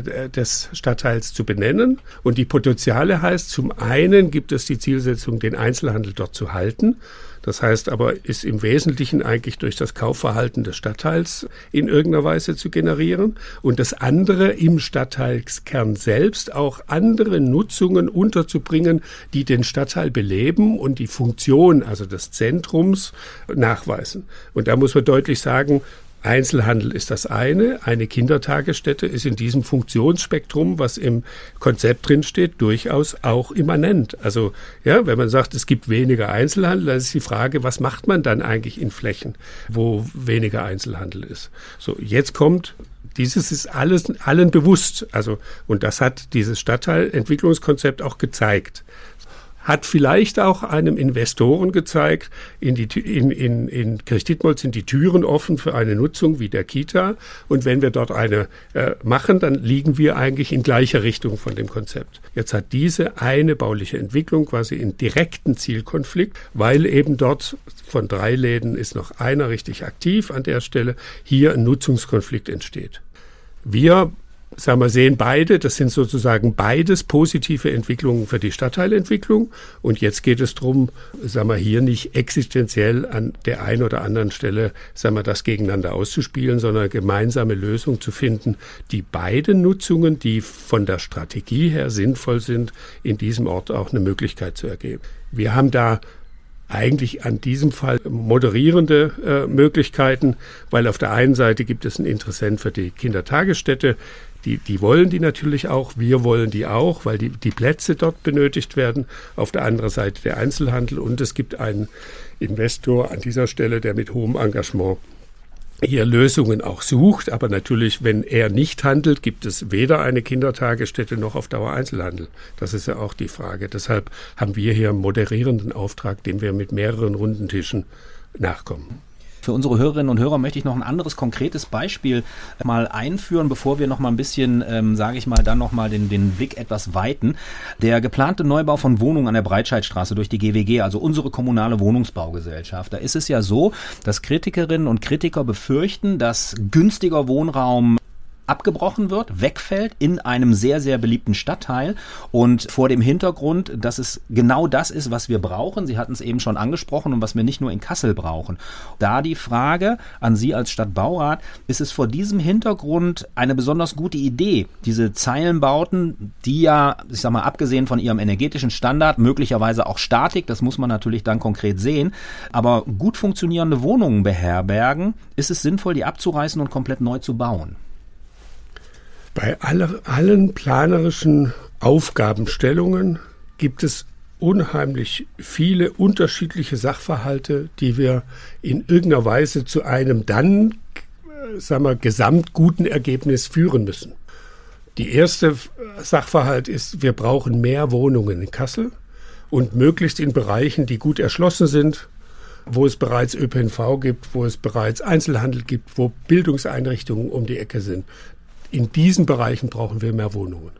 des Stadtteils zu benennen. Und die Potenziale heißt, zum einen gibt es die Zielsetzung, den Einzelhandel dort zu halten. Das heißt aber, ist im Wesentlichen eigentlich durch das Kaufverhalten des Stadtteils in irgendeiner Weise zu generieren. Und das andere, im Stadtteilskern selbst auch andere Nutzungen unterzubringen, die den Stadtteil beleben und die Funktion, also des Zentrums, nachweisen. Und da muss man deutlich sagen, Einzelhandel ist das eine Kindertagesstätte ist in diesem Funktionsspektrum, was im Konzept drinsteht, durchaus auch immanent. Also ja, wenn man sagt, es gibt weniger Einzelhandel, dann ist die Frage, was macht man dann eigentlich in Flächen, wo weniger Einzelhandel ist? So, jetzt kommt, dieses ist allen bewusst. Also, und das hat dieses Stadtteilentwicklungskonzept auch gezeigt. Hat vielleicht auch einem Investoren gezeigt, in Kirchdittmold sind die Türen offen für eine Nutzung wie der Kita. Und wenn wir dort eine machen, dann liegen wir eigentlich in gleicher Richtung von dem Konzept. Jetzt hat diese eine bauliche Entwicklung quasi in direkten Zielkonflikt, weil eben dort von 3 Läden ist noch einer richtig aktiv an der Stelle, hier ein Nutzungskonflikt entsteht. Wir sehen beide, das sind sozusagen beides positive Entwicklungen für die Stadtteilentwicklung. Und jetzt geht es darum, hier nicht existenziell an der einen oder anderen Stelle, das gegeneinander auszuspielen, sondern eine gemeinsame Lösung zu finden, die beiden Nutzungen, die von der Strategie her sinnvoll sind, in diesem Ort auch eine Möglichkeit zu ergeben. Wir haben da eigentlich an diesem Fall moderierende Möglichkeiten, weil auf der einen Seite gibt es einen Interessent für die Kindertagesstätte, die wollen die natürlich auch, wir wollen die auch, weil die Plätze dort benötigt werden. Auf der anderen Seite der Einzelhandel und es gibt einen Investor an dieser Stelle, der mit hohem Engagement hier Lösungen auch sucht. Aber natürlich, wenn er nicht handelt, gibt es weder eine Kindertagesstätte noch auf Dauer Einzelhandel. Das ist ja auch die Frage. Deshalb haben wir hier einen moderierenden Auftrag, dem wir mit mehreren runden Tischen nachkommen. Für unsere Hörerinnen und Hörer möchte ich noch ein anderes konkretes Beispiel mal einführen, bevor wir noch mal ein bisschen, dann noch mal den Blick etwas weiten. Der geplante Neubau von Wohnungen an der Breitscheidstraße durch die GWG, also unsere kommunale Wohnungsbaugesellschaft. Da ist es ja so, dass Kritikerinnen und Kritiker befürchten, dass günstiger Wohnraum abgebrochen wird, wegfällt in einem sehr, sehr beliebten Stadtteil und vor dem Hintergrund, dass es genau das ist, was wir brauchen. Sie hatten es eben schon angesprochen und was wir nicht nur in Kassel brauchen. Da die Frage an Sie als Stadtbaurat, ist es vor diesem Hintergrund eine besonders gute Idee, diese Zeilenbauten, die ja, ich sag mal, abgesehen von ihrem energetischen Standard, möglicherweise auch Statik, das muss man natürlich dann konkret sehen, aber gut funktionierende Wohnungen beherbergen, ist es sinnvoll, die abzureißen und komplett neu zu bauen? Bei allen planerischen Aufgabenstellungen gibt es unheimlich viele unterschiedliche Sachverhalte, die wir in irgendeiner Weise zu einem dann, gesamtguten Ergebnis führen müssen. Die erste Sachverhalt ist, wir brauchen mehr Wohnungen in Kassel und möglichst in Bereichen, die gut erschlossen sind, wo es bereits ÖPNV gibt, wo es bereits Einzelhandel gibt, wo Bildungseinrichtungen um die Ecke sind. In diesen Bereichen brauchen wir mehr Wohnungen.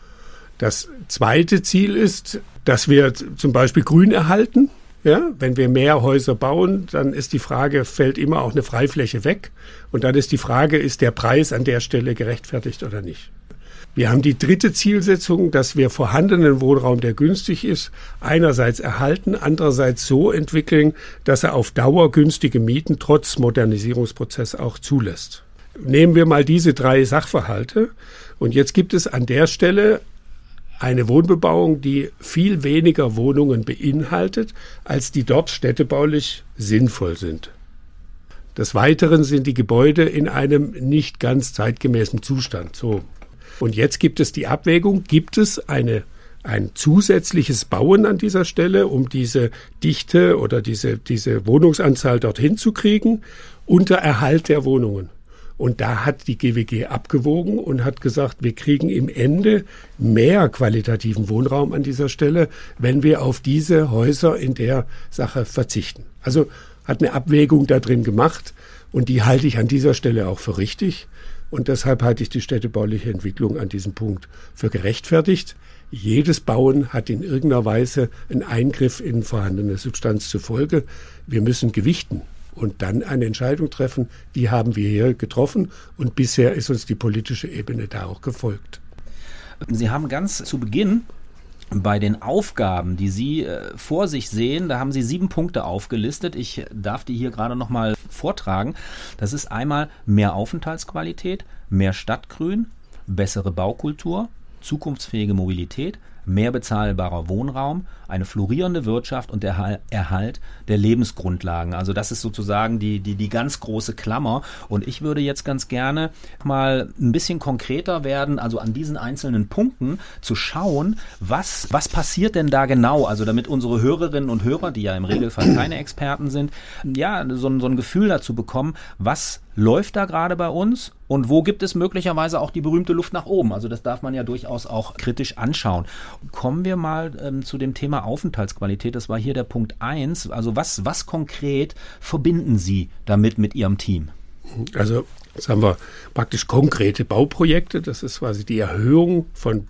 Das zweite Ziel ist, dass wir zum Beispiel Grün erhalten. Ja, wenn wir mehr Häuser bauen, dann ist die Frage, fällt immer auch eine Freifläche weg. Und dann ist die Frage, ist der Preis an der Stelle gerechtfertigt oder nicht? Wir haben die dritte Zielsetzung, dass wir vorhandenen Wohnraum, der günstig ist, einerseits erhalten, andererseits so entwickeln, dass er auf Dauer günstige Mieten trotz Modernisierungsprozess auch zulässt. Nehmen wir mal diese drei Sachverhalte und jetzt gibt es an der Stelle eine Wohnbebauung, die viel weniger Wohnungen beinhaltet, als die dort städtebaulich sinnvoll sind. Des Weiteren sind die Gebäude in einem nicht ganz zeitgemäßen Zustand. So. Und jetzt gibt es die Abwägung, gibt es ein zusätzliches Bauen an dieser Stelle, um diese Dichte oder diese Wohnungsanzahl dorthin zu kriegen, unter Erhalt der Wohnungen. Und da hat die GWG abgewogen und hat gesagt, wir kriegen im Ende mehr qualitativen Wohnraum an dieser Stelle, wenn wir auf diese Häuser in der Sache verzichten. Also hat eine Abwägung da drin gemacht und die halte ich an dieser Stelle auch für richtig. Und deshalb halte ich die städtebauliche Entwicklung an diesem Punkt für gerechtfertigt. Jedes Bauen hat in irgendeiner Weise einen Eingriff in vorhandene Substanz zur Folge. Wir müssen gewichten. Und dann eine Entscheidung treffen, die haben wir hier getroffen und bisher ist uns die politische Ebene da auch gefolgt. Sie haben ganz zu Beginn bei den Aufgaben, die Sie vor sich sehen, da haben Sie 7 Punkte aufgelistet. Ich darf die hier gerade nochmal vortragen. Das ist einmal mehr Aufenthaltsqualität, mehr Stadtgrün, bessere Baukultur, zukunftsfähige Mobilität, mehr bezahlbarer Wohnraum, eine florierende Wirtschaft und der Erhalt der Lebensgrundlagen. Also das ist sozusagen die ganz große Klammer. Und ich würde jetzt ganz gerne mal ein bisschen konkreter werden, also an diesen einzelnen Punkten zu schauen, was passiert denn da genau? Also damit unsere Hörerinnen und Hörer, die ja im Regelfall keine Experten sind, ja, so ein Gefühl dazu bekommen, was läuft da gerade bei uns und wo gibt es möglicherweise auch die berühmte Luft nach oben? Also das darf man ja durchaus auch kritisch anschauen. Kommen wir mal zu dem Thema Aufenthaltsqualität. Das war hier der Punkt 1. Also was konkret verbinden Sie damit mit Ihrem Team? Also jetzt haben wir praktisch konkrete Bauprojekte. Das ist quasi die Erhöhung von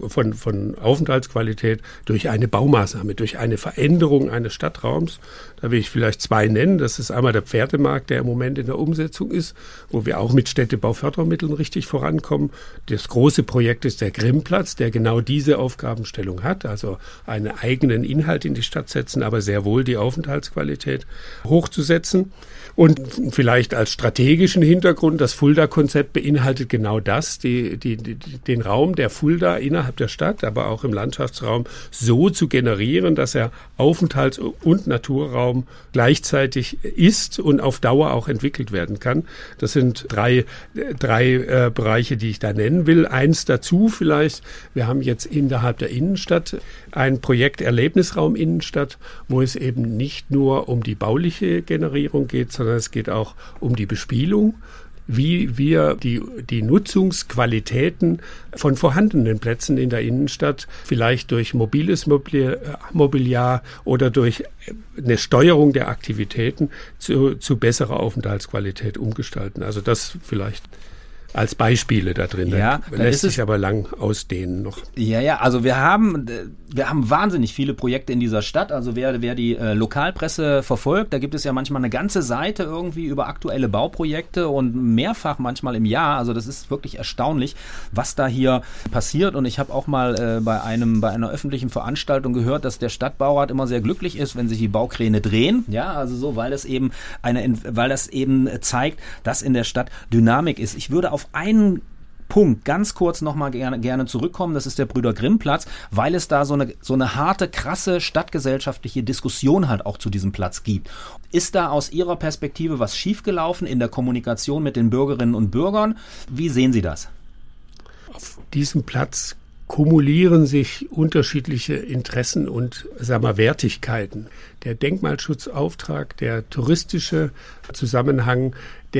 Aufenthaltsqualität durch eine Baumaßnahme, durch eine Veränderung eines Stadtraums. Da will ich vielleicht 2 nennen. Das ist einmal der Pferdemarkt, der im Moment in der Umsetzung ist, wo wir auch mit Städtebaufördermitteln richtig vorankommen. Das große Projekt ist der Grimmplatz, der genau diese Aufgabenstellung hat, also einen eigenen Inhalt in die Stadt setzen, aber sehr wohl die Aufenthaltsqualität hochzusetzen. Und vielleicht als strategischen Hintergrund, das Fulda-Konzept beinhaltet genau das, den Raum der Fulda innerhalb der Stadt, aber auch im Landschaftsraum so zu generieren, dass er Aufenthalts- und Naturraum gleichzeitig ist und auf Dauer auch entwickelt werden kann. Das sind drei Bereiche, die ich da nennen will. Eins dazu vielleicht, wir haben jetzt innerhalb der Innenstadt ein Projekt Erlebnisraum Innenstadt, wo es eben nicht nur um die bauliche Generierung geht, sondern es geht auch um die Bespielung. wie wir die Nutzungsqualitäten von vorhandenen Plätzen in der Innenstadt vielleicht durch mobiles Mobiliar oder durch eine Steuerung der Aktivitäten zu besserer Aufenthaltsqualität umgestalten. Also das vielleicht als Beispiele da drin. Ja, lässt sich aber lang ausdehnen noch. Ja, also wir haben wahnsinnig viele Projekte in dieser Stadt. Also wer die Lokalpresse verfolgt, da gibt es ja manchmal eine ganze Seite irgendwie über aktuelle Bauprojekte und mehrfach manchmal im Jahr. Also das ist wirklich erstaunlich, was da hier passiert. Und ich habe auch mal bei einer öffentlichen Veranstaltung gehört, dass der Stadtbaurat immer sehr glücklich ist, wenn sich die Baukräne drehen. Ja, also so, weil das eben zeigt, dass in der Stadt Dynamik ist. Ich würde auf einen Punkt ganz kurz nochmal gerne zurückkommen, das ist der Brüder-Grimm-Platz, weil es da so eine harte, krasse stadtgesellschaftliche Diskussion halt auch zu diesem Platz gibt. Ist da aus Ihrer Perspektive was schiefgelaufen in der Kommunikation mit den Bürgerinnen und Bürgern? Wie sehen Sie das? Auf diesem Platz kumulieren sich unterschiedliche Interessen und Wertigkeiten. Der Denkmalschutzauftrag, der touristische Zusammenhang,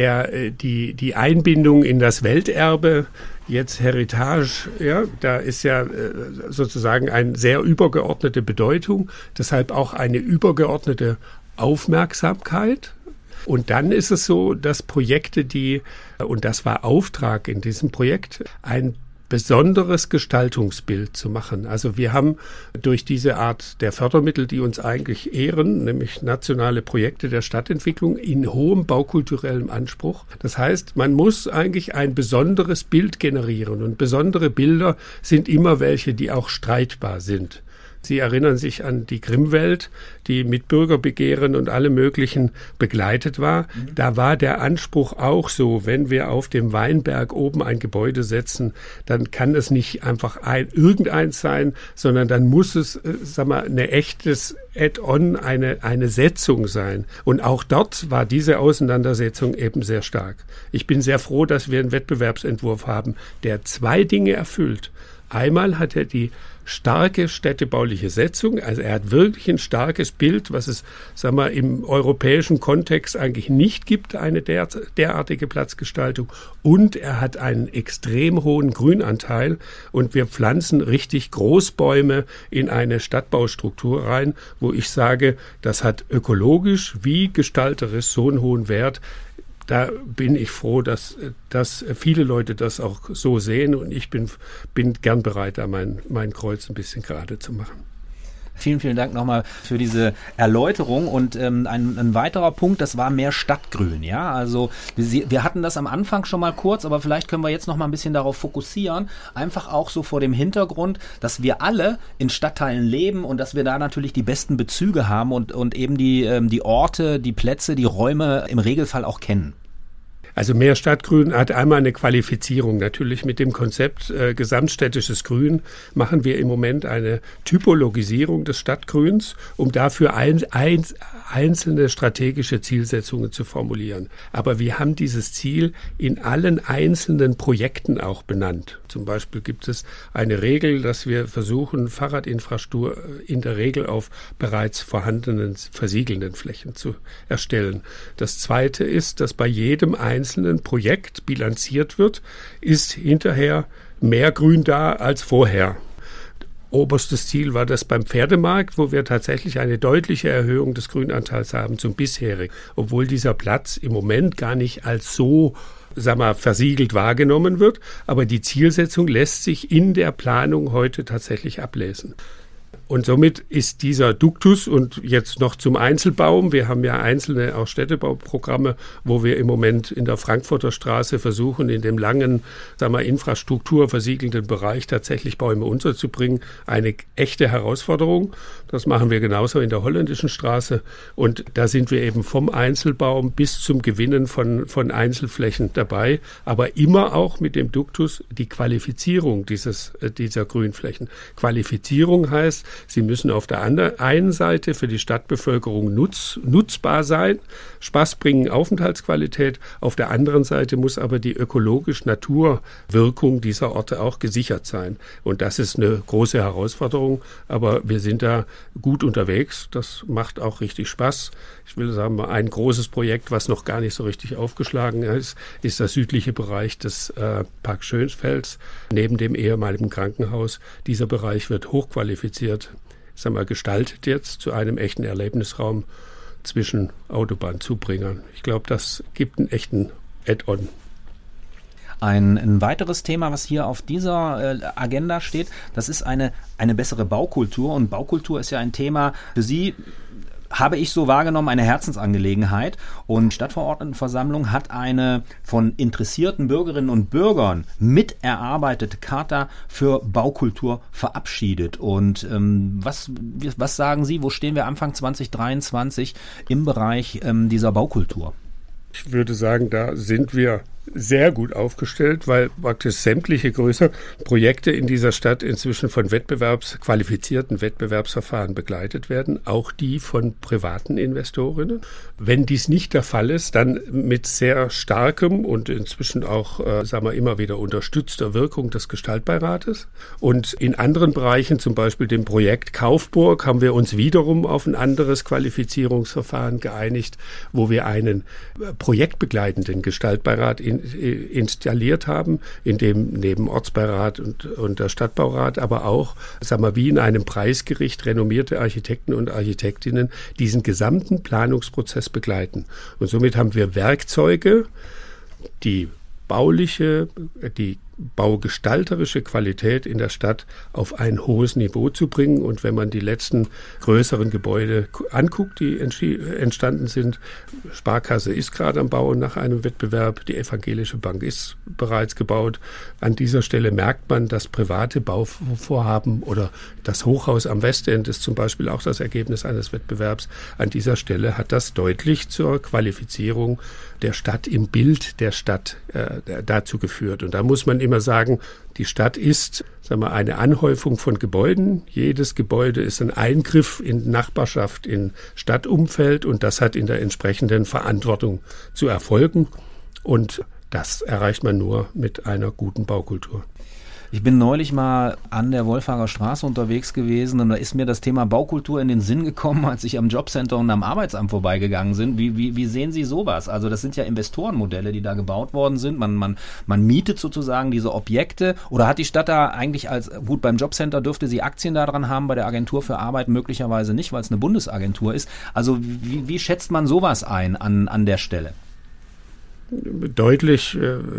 die Einbindung in das Welterbe, jetzt Heritage, ja, da ist ja sozusagen eine sehr übergeordnete Bedeutung, deshalb auch eine übergeordnete Aufmerksamkeit. Und dann ist es so, dass Projekte, und das war Auftrag in diesem Projekt, ein besonderes Gestaltungsbild zu machen. Also wir haben durch diese Art der Fördermittel, die uns eigentlich ehren, nämlich nationale Projekte der Stadtentwicklung in hohem baukulturellem Anspruch. Das heißt, man muss eigentlich ein besonderes Bild generieren und besondere Bilder sind immer welche, die auch streitbar sind. Sie erinnern sich an die Grimmwelt, die mit Bürgerbegehren und allem Möglichen begleitet war. Da war der Anspruch auch so, wenn wir auf dem Weinberg oben ein Gebäude setzen, dann kann es nicht einfach irgendeins sein, sondern dann muss es, ein echtes Add-on, eine Setzung sein. Und auch dort war diese Auseinandersetzung eben sehr stark. Ich bin sehr froh, dass wir einen Wettbewerbsentwurf haben, der zwei Dinge erfüllt. Einmal hat er die starke städtebauliche Setzung, also er hat wirklich ein starkes Bild, was es, im europäischen Kontext eigentlich nicht gibt, eine derartige Platzgestaltung, und er hat einen extrem hohen Grünanteil und wir pflanzen richtig Großbäume in eine Stadtbaustruktur rein, wo ich sage, das hat ökologisch wie gestalterisch so einen hohen Wert. Da bin ich froh, dass viele Leute das auch so sehen und ich bin gern bereit, da mein Kreuz ein bisschen gerade zu machen. Vielen, vielen Dank nochmal für diese Erläuterung und ein weiterer Punkt, das war mehr Stadtgrün, ja, also wir hatten das am Anfang schon mal kurz, aber vielleicht können wir jetzt noch mal ein bisschen darauf fokussieren, einfach auch so vor dem Hintergrund, dass wir alle in Stadtteilen leben und dass wir da natürlich die besten Bezüge haben und eben die Orte, die Plätze, die Räume im Regelfall auch kennen. Also mehr Stadtgrün hat einmal eine Qualifizierung. Natürlich mit dem Konzept gesamtstädtisches Grün machen wir im Moment eine Typologisierung des Stadtgrüns, um dafür einzelne strategische Zielsetzungen zu formulieren. Aber wir haben dieses Ziel in allen einzelnen Projekten auch benannt. Zum Beispiel gibt es eine Regel, dass wir versuchen, Fahrradinfrastruktur in der Regel auf bereits vorhandenen versiegelnden Flächen zu erstellen. Das Zweite ist, dass bei jedem einzelnen Projekt bilanziert wird, ist hinterher mehr Grün da als vorher. Oberstes Ziel war das beim Pferdemarkt, wo wir tatsächlich eine deutliche Erhöhung des Grünanteils haben zum bisherigen, obwohl dieser Platz im Moment gar nicht als so versiegelt wahrgenommen wird, aber die Zielsetzung lässt sich in der Planung heute tatsächlich ablesen. Und somit ist dieser Duktus und jetzt noch zum Einzelbaum. Wir haben ja einzelne auch Städtebauprogramme, wo wir im Moment in der Frankfurter Straße versuchen, in dem langen, infrastrukturversiegelnden Bereich tatsächlich Bäume unterzubringen. Eine echte Herausforderung. Das machen wir genauso in der Holländischen Straße. Und da sind wir eben vom Einzelbaum bis zum Gewinnen von Einzelflächen dabei. Aber immer auch mit dem Duktus die Qualifizierung dieser Grünflächen. Qualifizierung heißt, ist, sie müssen auf der einen Seite für die Stadtbevölkerung nutzbar sein, Spaß bringen, Aufenthaltsqualität. Auf der anderen Seite muss aber die ökologisch-Naturwirkung dieser Orte auch gesichert sein. Und das ist eine große Herausforderung, aber wir sind da gut unterwegs. Das macht auch richtig Spaß. Ich will sagen, ein großes Projekt, was noch gar nicht so richtig aufgeschlagen ist, ist der südliche Bereich des Park Schönfelds neben dem ehemaligen Krankenhaus. Dieser Bereich wird hochqualifiziert, gestaltet jetzt zu einem echten Erlebnisraum zwischen Autobahnzubringern. Ich glaube, das gibt einen echten Add-on. Ein weiteres Thema, was hier auf dieser Agenda steht, das ist eine bessere Baukultur. Und Baukultur ist ja ein Thema für Sie, habe ich so wahrgenommen, eine Herzensangelegenheit. Und Stadtverordnetenversammlung hat eine von interessierten Bürgerinnen und Bürgern miterarbeitete Charta für Baukultur verabschiedet. Und was sagen Sie, wo stehen wir Anfang 2023 im Bereich dieser Baukultur? Ich würde sagen, da sind wir sehr gut aufgestellt, weil praktisch sämtliche größere Projekte in dieser Stadt inzwischen von qualifizierten Wettbewerbsverfahren begleitet werden, auch die von privaten Investorinnen. Wenn dies nicht der Fall ist, dann mit sehr starkem und inzwischen auch, immer wieder unterstützter Wirkung des Gestaltbeirates. Und in anderen Bereichen, zum Beispiel dem Projekt Kaufburg, haben wir uns wiederum auf ein anderes Qualifizierungsverfahren geeinigt, wo wir einen projektbegleitenden Gestaltbeirat installiert haben, in dem neben Ortsbeirat und der Stadtbaurat, aber auch, wie in einem Preisgericht renommierte Architekten und Architektinnen diesen gesamten Planungsprozess begleiten. Und somit haben wir Werkzeuge, die baugestalterische Qualität in der Stadt auf ein hohes Niveau zu bringen. Und wenn man die letzten größeren Gebäude anguckt, die entstanden sind, Sparkasse ist gerade am Bauen nach einem Wettbewerb, die Evangelische Bank ist bereits gebaut. An dieser Stelle merkt man, dass private Bauvorhaben oder das Hochhaus am Westend ist zum Beispiel auch das Ergebnis eines Wettbewerbs. An dieser Stelle hat das deutlich zur Qualifizierung der Stadt im Bild der Stadt dazu geführt. Und da muss man immer sagen, die Stadt ist, eine Anhäufung von Gebäuden. Jedes Gebäude ist ein Eingriff in Nachbarschaft, in Stadtumfeld und das hat in der entsprechenden Verantwortung zu erfolgen. Und das erreicht man nur mit einer guten Baukultur. Ich bin neulich mal an der Wolfhager Straße unterwegs gewesen und da ist mir das Thema Baukultur in den Sinn gekommen, als ich am Jobcenter und am Arbeitsamt vorbeigegangen bin. Wie sehen Sie sowas? Also das sind ja Investorenmodelle, die da gebaut worden sind. Man mietet sozusagen diese Objekte oder hat die Stadt da eigentlich beim Jobcenter dürfte sie Aktien daran haben, bei der Agentur für Arbeit möglicherweise nicht, weil es eine Bundesagentur ist. Also wie schätzt man sowas ein an der Stelle? Deutlich,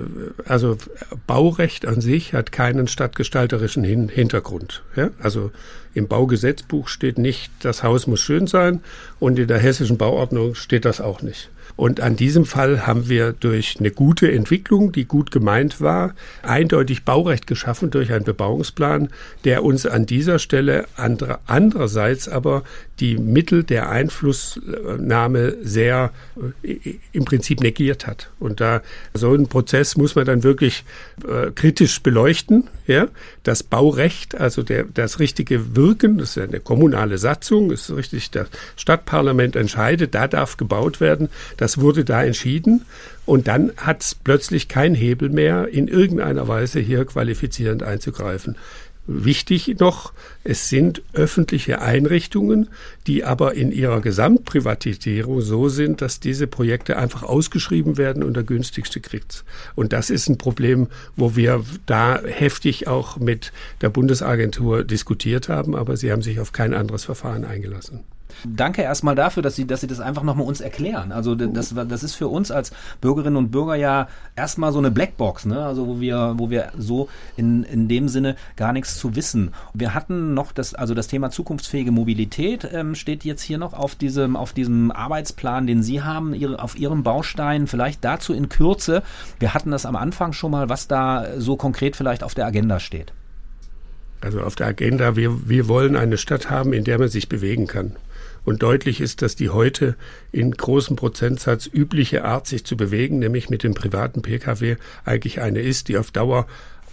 Baurecht an sich hat keinen stadtgestalterischen Hintergrund. Ja? Also im Baugesetzbuch steht nicht, das Haus muss schön sein und in der hessischen Bauordnung steht das auch nicht. Und an diesem Fall haben wir durch eine gute Entwicklung, die gut gemeint war, eindeutig Baurecht geschaffen durch einen Bebauungsplan, der uns an dieser Stelle andererseits aber die Mittel der Einflussnahme sehr im Prinzip negiert hat. Und da so einen Prozess muss man dann wirklich kritisch beleuchten. Ja? Das Baurecht, also das richtige Wirken, das ist ja eine kommunale Satzung, ist richtig, das Stadtparlament entscheidet, da darf gebaut werden. Das wurde da entschieden und dann hat es plötzlich keinen Hebel mehr, in irgendeiner Weise hier qualifizierend einzugreifen. Wichtig noch, es sind öffentliche Einrichtungen, die aber in ihrer Gesamtprivatisierung so sind, dass diese Projekte einfach ausgeschrieben werden und der günstigste kriegt's. Und das ist ein Problem, wo wir da heftig auch mit der Bundesagentur diskutiert haben, aber sie haben sich auf kein anderes Verfahren eingelassen. Danke erstmal dafür, dass Sie das einfach nochmal uns erklären. Also das ist für uns als Bürgerinnen und Bürger ja erstmal so eine Blackbox, ne? Also wo wir so in dem Sinne gar nichts zu wissen. Wir hatten noch das Thema zukunftsfähige Mobilität steht jetzt hier noch auf diesem Arbeitsplan, den Sie haben, auf Ihrem Baustein. Vielleicht dazu in Kürze. Wir hatten das am Anfang schon mal, was da so konkret vielleicht auf der Agenda steht. Also auf der Agenda, wir wollen eine Stadt haben, in der man sich bewegen kann. Und deutlich ist, dass die heute in großem Prozentsatz übliche Art, sich zu bewegen, nämlich mit dem privaten Pkw, eigentlich eine ist, die auf Dauer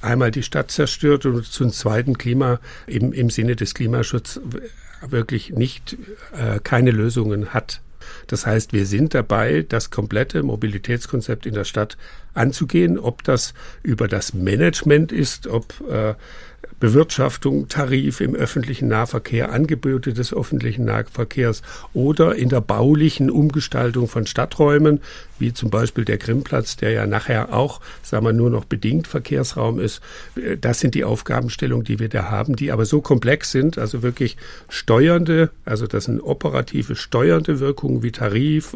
einmal die Stadt zerstört und zum zweiten Klima im Sinne des Klimaschutzes wirklich keine Lösungen hat. Das heißt, wir sind dabei, das komplette Mobilitätskonzept in der Stadt anzugehen, ob das über das Management ist, ob Bewirtschaftung, Tarif im öffentlichen Nahverkehr, Angebote des öffentlichen Nahverkehrs oder in der baulichen Umgestaltung von Stadträumen, wie zum Beispiel der Grimmplatz, der ja nachher auch, sagen wir, nur noch bedingt Verkehrsraum ist. Das sind die Aufgabenstellungen, die wir da haben, die aber so komplex sind, also wirklich steuernde, also das sind operative steuernde Wirkungen wie Tarif,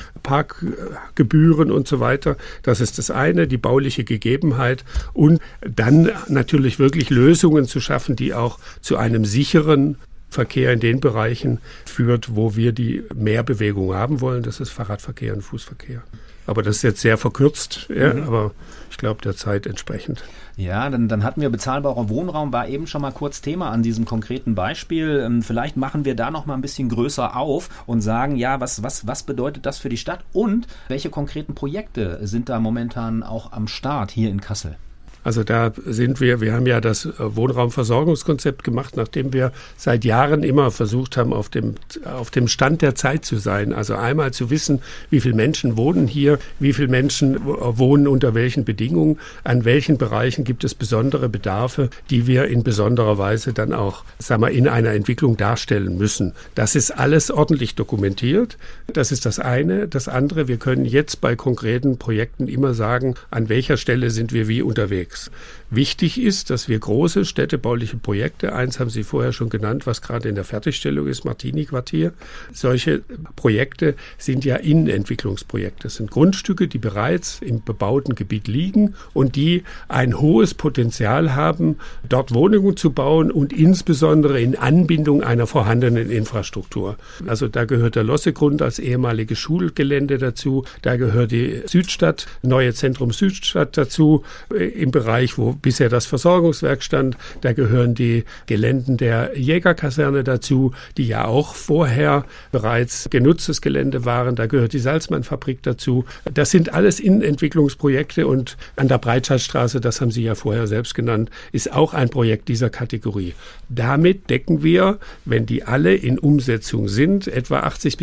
Parkgebühren und so weiter. Das ist das eine, die bauliche Gegebenheit und dann natürlich wirklich Lösungen zu schaffen, die auch zu einem sicheren Verkehr in den Bereichen führt, wo wir die Mehrbewegung haben wollen. Das ist Fahrradverkehr und Fußverkehr. Aber das ist jetzt sehr verkürzt, ja, aber ich glaube der Zeit entsprechend. Ja, dann hatten wir bezahlbarer Wohnraum, war eben schon mal kurz Thema an diesem konkreten Beispiel. Vielleicht machen wir da noch mal ein bisschen größer auf und sagen, ja, was bedeutet das für die Stadt und welche konkreten Projekte sind da momentan auch am Start hier in Kassel? Also da sind wir haben ja das Wohnraumversorgungskonzept gemacht, nachdem wir seit Jahren immer versucht haben, auf dem Stand der Zeit zu sein. Also einmal zu wissen, wie viele Menschen wohnen hier, wie viele Menschen wohnen unter welchen Bedingungen, an welchen Bereichen gibt es besondere Bedarfe, die wir in besonderer Weise dann auch, sagen wir, in einer Entwicklung darstellen müssen. Das ist alles ordentlich dokumentiert. Das ist das eine. Das andere, wir können jetzt bei konkreten Projekten immer sagen, an welcher Stelle sind wir wie unterwegs. Wichtig ist, dass wir große städtebauliche Projekte, eins haben Sie vorher schon genannt, was gerade in der Fertigstellung ist, Martini-Quartier. Solche Projekte sind ja Innenentwicklungsprojekte. Das sind Grundstücke, die bereits im bebauten Gebiet liegen und die ein hohes Potenzial haben, dort Wohnungen zu bauen und insbesondere in Anbindung einer vorhandenen Infrastruktur. Also da gehört der Lossegrund als ehemaliges Schulgelände dazu, da gehört die Südstadt, neue Zentrum Südstadt dazu, im Bereich, wo bisher das Versorgungswerk stand. Da gehören die Geländen der Jägerkaserne dazu, die ja auch vorher bereits genutztes Gelände waren. Da gehört die Salzmann-Fabrik dazu. Das sind alles Innenentwicklungsprojekte und an der Breitscheidstraße, das haben Sie ja vorher selbst genannt, ist auch ein Projekt dieser Kategorie. Damit decken wir, wenn die alle in Umsetzung sind, etwa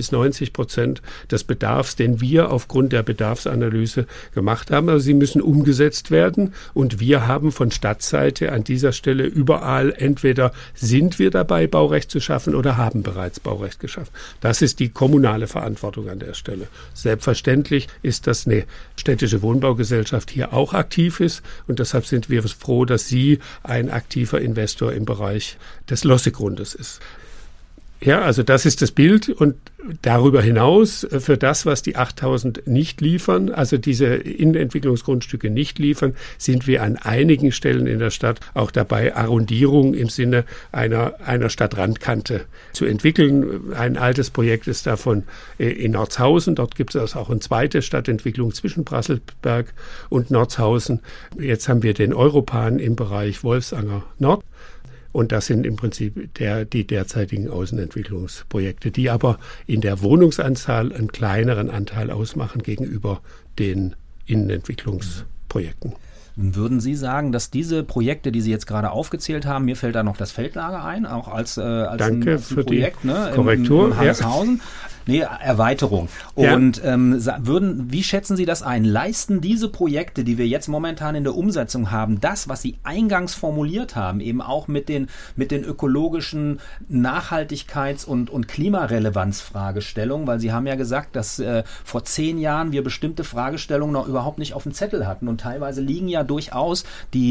80-90% des Bedarfs, den wir aufgrund der Bedarfsanalyse gemacht haben. Also sie müssen umgesetzt werden. Und wir haben von Stadtseite an dieser Stelle überall, entweder sind wir dabei, Baurecht zu schaffen oder haben bereits Baurecht geschaffen. Das ist die kommunale Verantwortung an der Stelle. Selbstverständlich ist, dass eine städtische Wohnbaugesellschaft hier auch aktiv ist. Und deshalb sind wir froh, dass sie ein aktiver Investor im Bereich des Lossegrundes ist. Ja, also das ist das Bild und darüber hinaus für das, was die 8000 nicht liefern, also diese Innenentwicklungsgrundstücke nicht liefern, sind wir an einigen Stellen in der Stadt auch dabei, Arrondierung im Sinne einer Stadtrandkante zu entwickeln. Ein altes Projekt ist davon in Nordshausen. Dort gibt es auch eine zweite Stadtentwicklung zwischen Brasselberg und Nordshausen. Jetzt haben wir den Europan im Bereich Wolfsanger Nord. Und das sind im Prinzip die derzeitigen Außenentwicklungsprojekte, die aber in der Wohnungsanzahl einen kleineren Anteil ausmachen gegenüber den Innenentwicklungsprojekten. Würden Sie sagen, dass diese Projekte, die Sie jetzt gerade aufgezählt haben, mir fällt da noch das Feldlager ein, auch als Danke ein für Projekt, die ne, Korrektur. in Hanshausen? Ja. Nee, Erweiterung. Und wie schätzen Sie das ein? Leisten diese Projekte, die wir jetzt momentan in der Umsetzung haben, das, was Sie eingangs formuliert haben, eben auch mit den ökologischen Nachhaltigkeits- und Klimarelevanzfragestellungen? Weil Sie haben ja gesagt, dass vor 10 Jahren wir bestimmte Fragestellungen noch überhaupt nicht auf dem Zettel hatten. Und teilweise liegen ja durchaus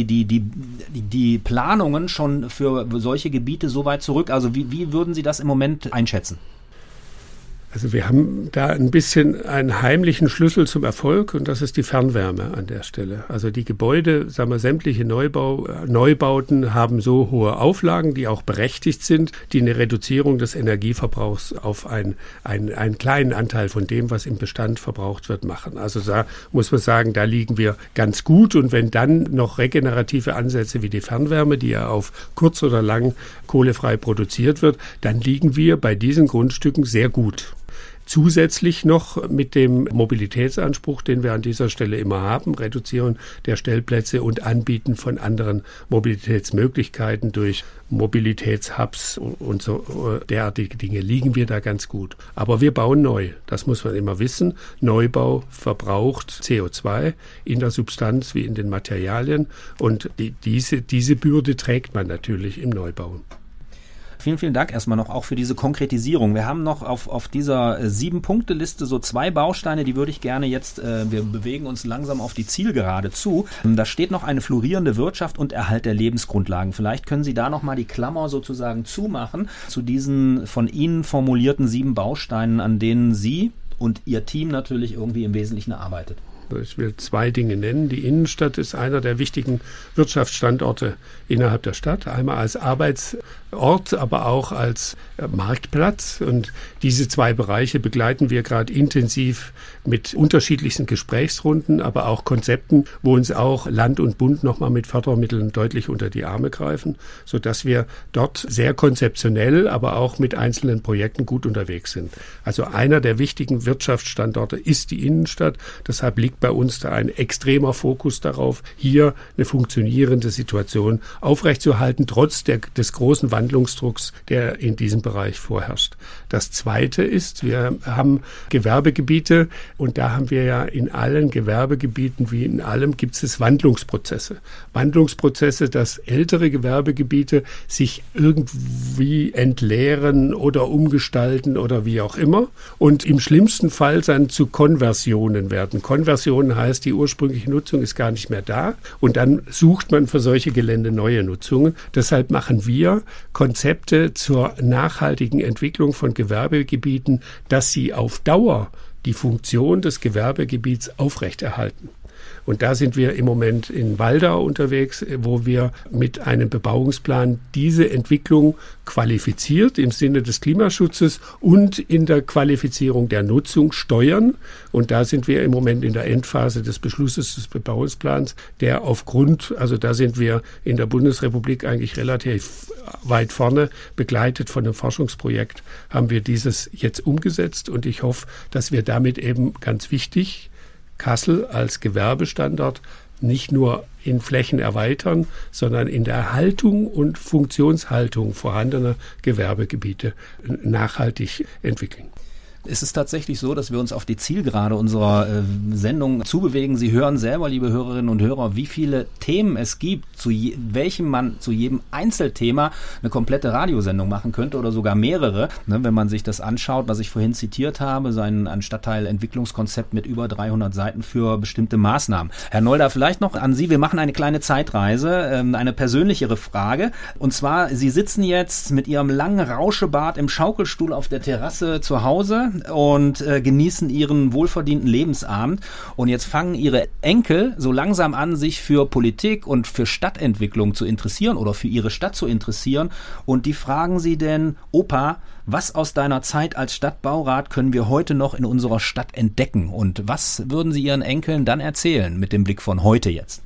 die Planungen schon für solche Gebiete so weit zurück. Also wie würden Sie das im Moment einschätzen? Also wir haben da ein bisschen einen heimlichen Schlüssel zum Erfolg und das ist die Fernwärme an der Stelle. Also die Gebäude, sagen wir, sämtliche Neubauten haben so hohe Auflagen, die auch berechtigt sind, die eine Reduzierung des Energieverbrauchs auf einen kleinen Anteil von dem, was im Bestand verbraucht wird, machen. Also da muss man sagen, da liegen wir ganz gut und wenn dann noch regenerative Ansätze wie die Fernwärme, die ja auf kurz oder lang kohlefrei produziert wird, dann liegen wir bei diesen Grundstücken sehr gut. zusätzlich noch mit dem Mobilitätsanspruch, den wir an dieser Stelle immer haben, Reduzierung der Stellplätze und Anbieten von anderen Mobilitätsmöglichkeiten durch Mobilitätshubs und so derartige Dinge, liegen wir da ganz gut. Aber wir bauen neu, das muss man immer wissen. Neubau verbraucht CO2 in der Substanz wie in den Materialien und diese Bürde trägt man natürlich im Neubau. Vielen, vielen Dank erstmal noch auch für diese Konkretisierung. Wir haben noch auf dieser 7-Punkte-Liste so 2 Bausteine, die würde ich gerne jetzt, wir bewegen uns langsam auf die Zielgerade zu. Da steht noch eine florierende Wirtschaft und Erhalt der Lebensgrundlagen. Vielleicht können Sie da nochmal die Klammer sozusagen zumachen zu diesen von Ihnen formulierten 7 Bausteinen, an denen Sie und Ihr Team natürlich irgendwie im Wesentlichen arbeitet. Ich will 2 Dinge nennen. Die Innenstadt ist einer der wichtigen Wirtschaftsstandorte innerhalb der Stadt. Einmal als Arbeitsort, aber auch als Marktplatz. Und diese 2 Bereiche begleiten wir gerade intensiv mit unterschiedlichsten Gesprächsrunden, aber auch Konzepten, wo uns auch Land und Bund nochmal mit Fördermitteln deutlich unter die Arme greifen, sodass wir dort sehr konzeptionell, aber auch mit einzelnen Projekten gut unterwegs sind. Also einer der wichtigen Wirtschaftsstandorte ist die Innenstadt. Deshalb liegt bei uns da ein extremer Fokus darauf, hier eine funktionierende Situation aufrechtzuerhalten, trotz des großen Wandlungsdrucks, der in diesem Bereich vorherrscht. Das Zweite ist, wir haben Gewerbegebiete und da haben wir ja in allen Gewerbegebieten, wie in allem, gibt es Wandlungsprozesse. Wandlungsprozesse, dass ältere Gewerbegebiete sich irgendwie entleeren oder umgestalten oder wie auch immer und im schlimmsten Fall dann zu Konversionen werden. Konversionen heißt, die ursprüngliche Nutzung ist gar nicht mehr da und dann sucht man für solche Gelände neue Nutzungen. Deshalb machen wir Konzepte zur nachhaltigen Entwicklung von Gewerbegebieten, dass sie auf Dauer die Funktion des Gewerbegebiets aufrechterhalten. Und da sind wir im Moment in Waldau unterwegs, wo wir mit einem Bebauungsplan diese Entwicklung qualifiziert im Sinne des Klimaschutzes und in der Qualifizierung der Nutzung steuern. Und da sind wir im Moment in der Endphase des Beschlusses des Bebauungsplans, der da sind wir in der Bundesrepublik eigentlich relativ weit vorne, begleitet von einem Forschungsprojekt, haben wir dieses jetzt umgesetzt. Und ich hoffe, dass wir damit eben ganz wichtig Kassel als Gewerbestandort nicht nur in Flächen erweitern, sondern in der Erhaltung und Funktionshaltung vorhandener Gewerbegebiete nachhaltig entwickeln. Es ist tatsächlich so, dass wir uns auf die Zielgerade unserer Sendung zubewegen. Sie hören selber, liebe Hörerinnen und Hörer, wie viele Themen es gibt, welchem man zu jedem Einzelthema eine komplette Radiosendung machen könnte oder sogar mehrere. Ne, wenn man sich das anschaut, was ich vorhin zitiert habe, ein Stadtteilentwicklungskonzept mit über 300 Seiten für bestimmte Maßnahmen. Herr Nolda, vielleicht noch an Sie. Wir machen eine kleine Zeitreise, eine persönlichere Frage. Und zwar, Sie sitzen jetzt mit Ihrem langen Rauschebart im Schaukelstuhl auf der Terrasse zu Hause und genießen ihren wohlverdienten Lebensabend. Und jetzt fangen ihre Enkel so langsam an, sich für Politik und für Stadtentwicklung zu interessieren oder für ihre Stadt zu interessieren. Und die fragen sie denn, Opa, was aus deiner Zeit als Stadtbaurat können wir heute noch in unserer Stadt entdecken? Und was würden Sie Ihren Enkeln dann erzählen mit dem Blick von heute jetzt?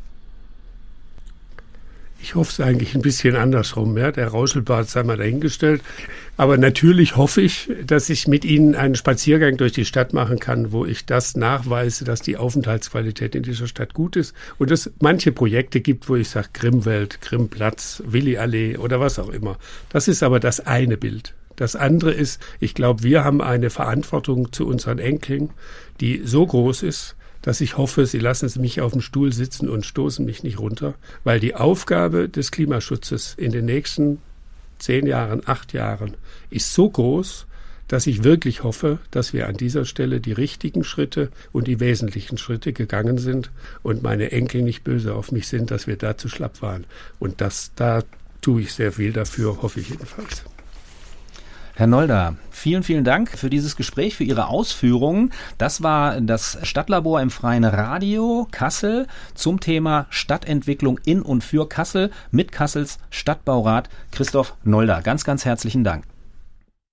Ich hoffe es eigentlich ein bisschen andersrum. Ja? Der Rauschelbart sei mal dahingestellt. Aber natürlich hoffe ich, dass ich mit Ihnen einen Spaziergang durch die Stadt machen kann, wo ich das nachweise, dass die Aufenthaltsqualität in dieser Stadt gut ist. Und es manche Projekte gibt, wo ich sage, Grimmwelt, Grimmplatz, Willi-Allee oder was auch immer. Das ist aber das eine Bild. Das andere ist, ich glaube, wir haben eine Verantwortung zu unseren Enkeln, die so groß ist, dass ich hoffe, sie lassen mich auf dem Stuhl sitzen und stoßen mich nicht runter, weil die Aufgabe des Klimaschutzes in den nächsten 10 Jahren, 8 Jahren ist so groß, dass ich wirklich hoffe, dass wir an dieser Stelle die richtigen Schritte und die wesentlichen Schritte gegangen sind und meine Enkel nicht böse auf mich sind, dass wir da zu schlapp waren. Und da tue ich sehr viel dafür, hoffe ich jedenfalls. Herr Nolda, vielen, vielen Dank für dieses Gespräch, für Ihre Ausführungen. Das war das Stadtlabor im Freien Radio Kassel zum Thema Stadtentwicklung in und für Kassel mit Kassels Stadtbaurat Christoph Nolda. Ganz, ganz herzlichen Dank.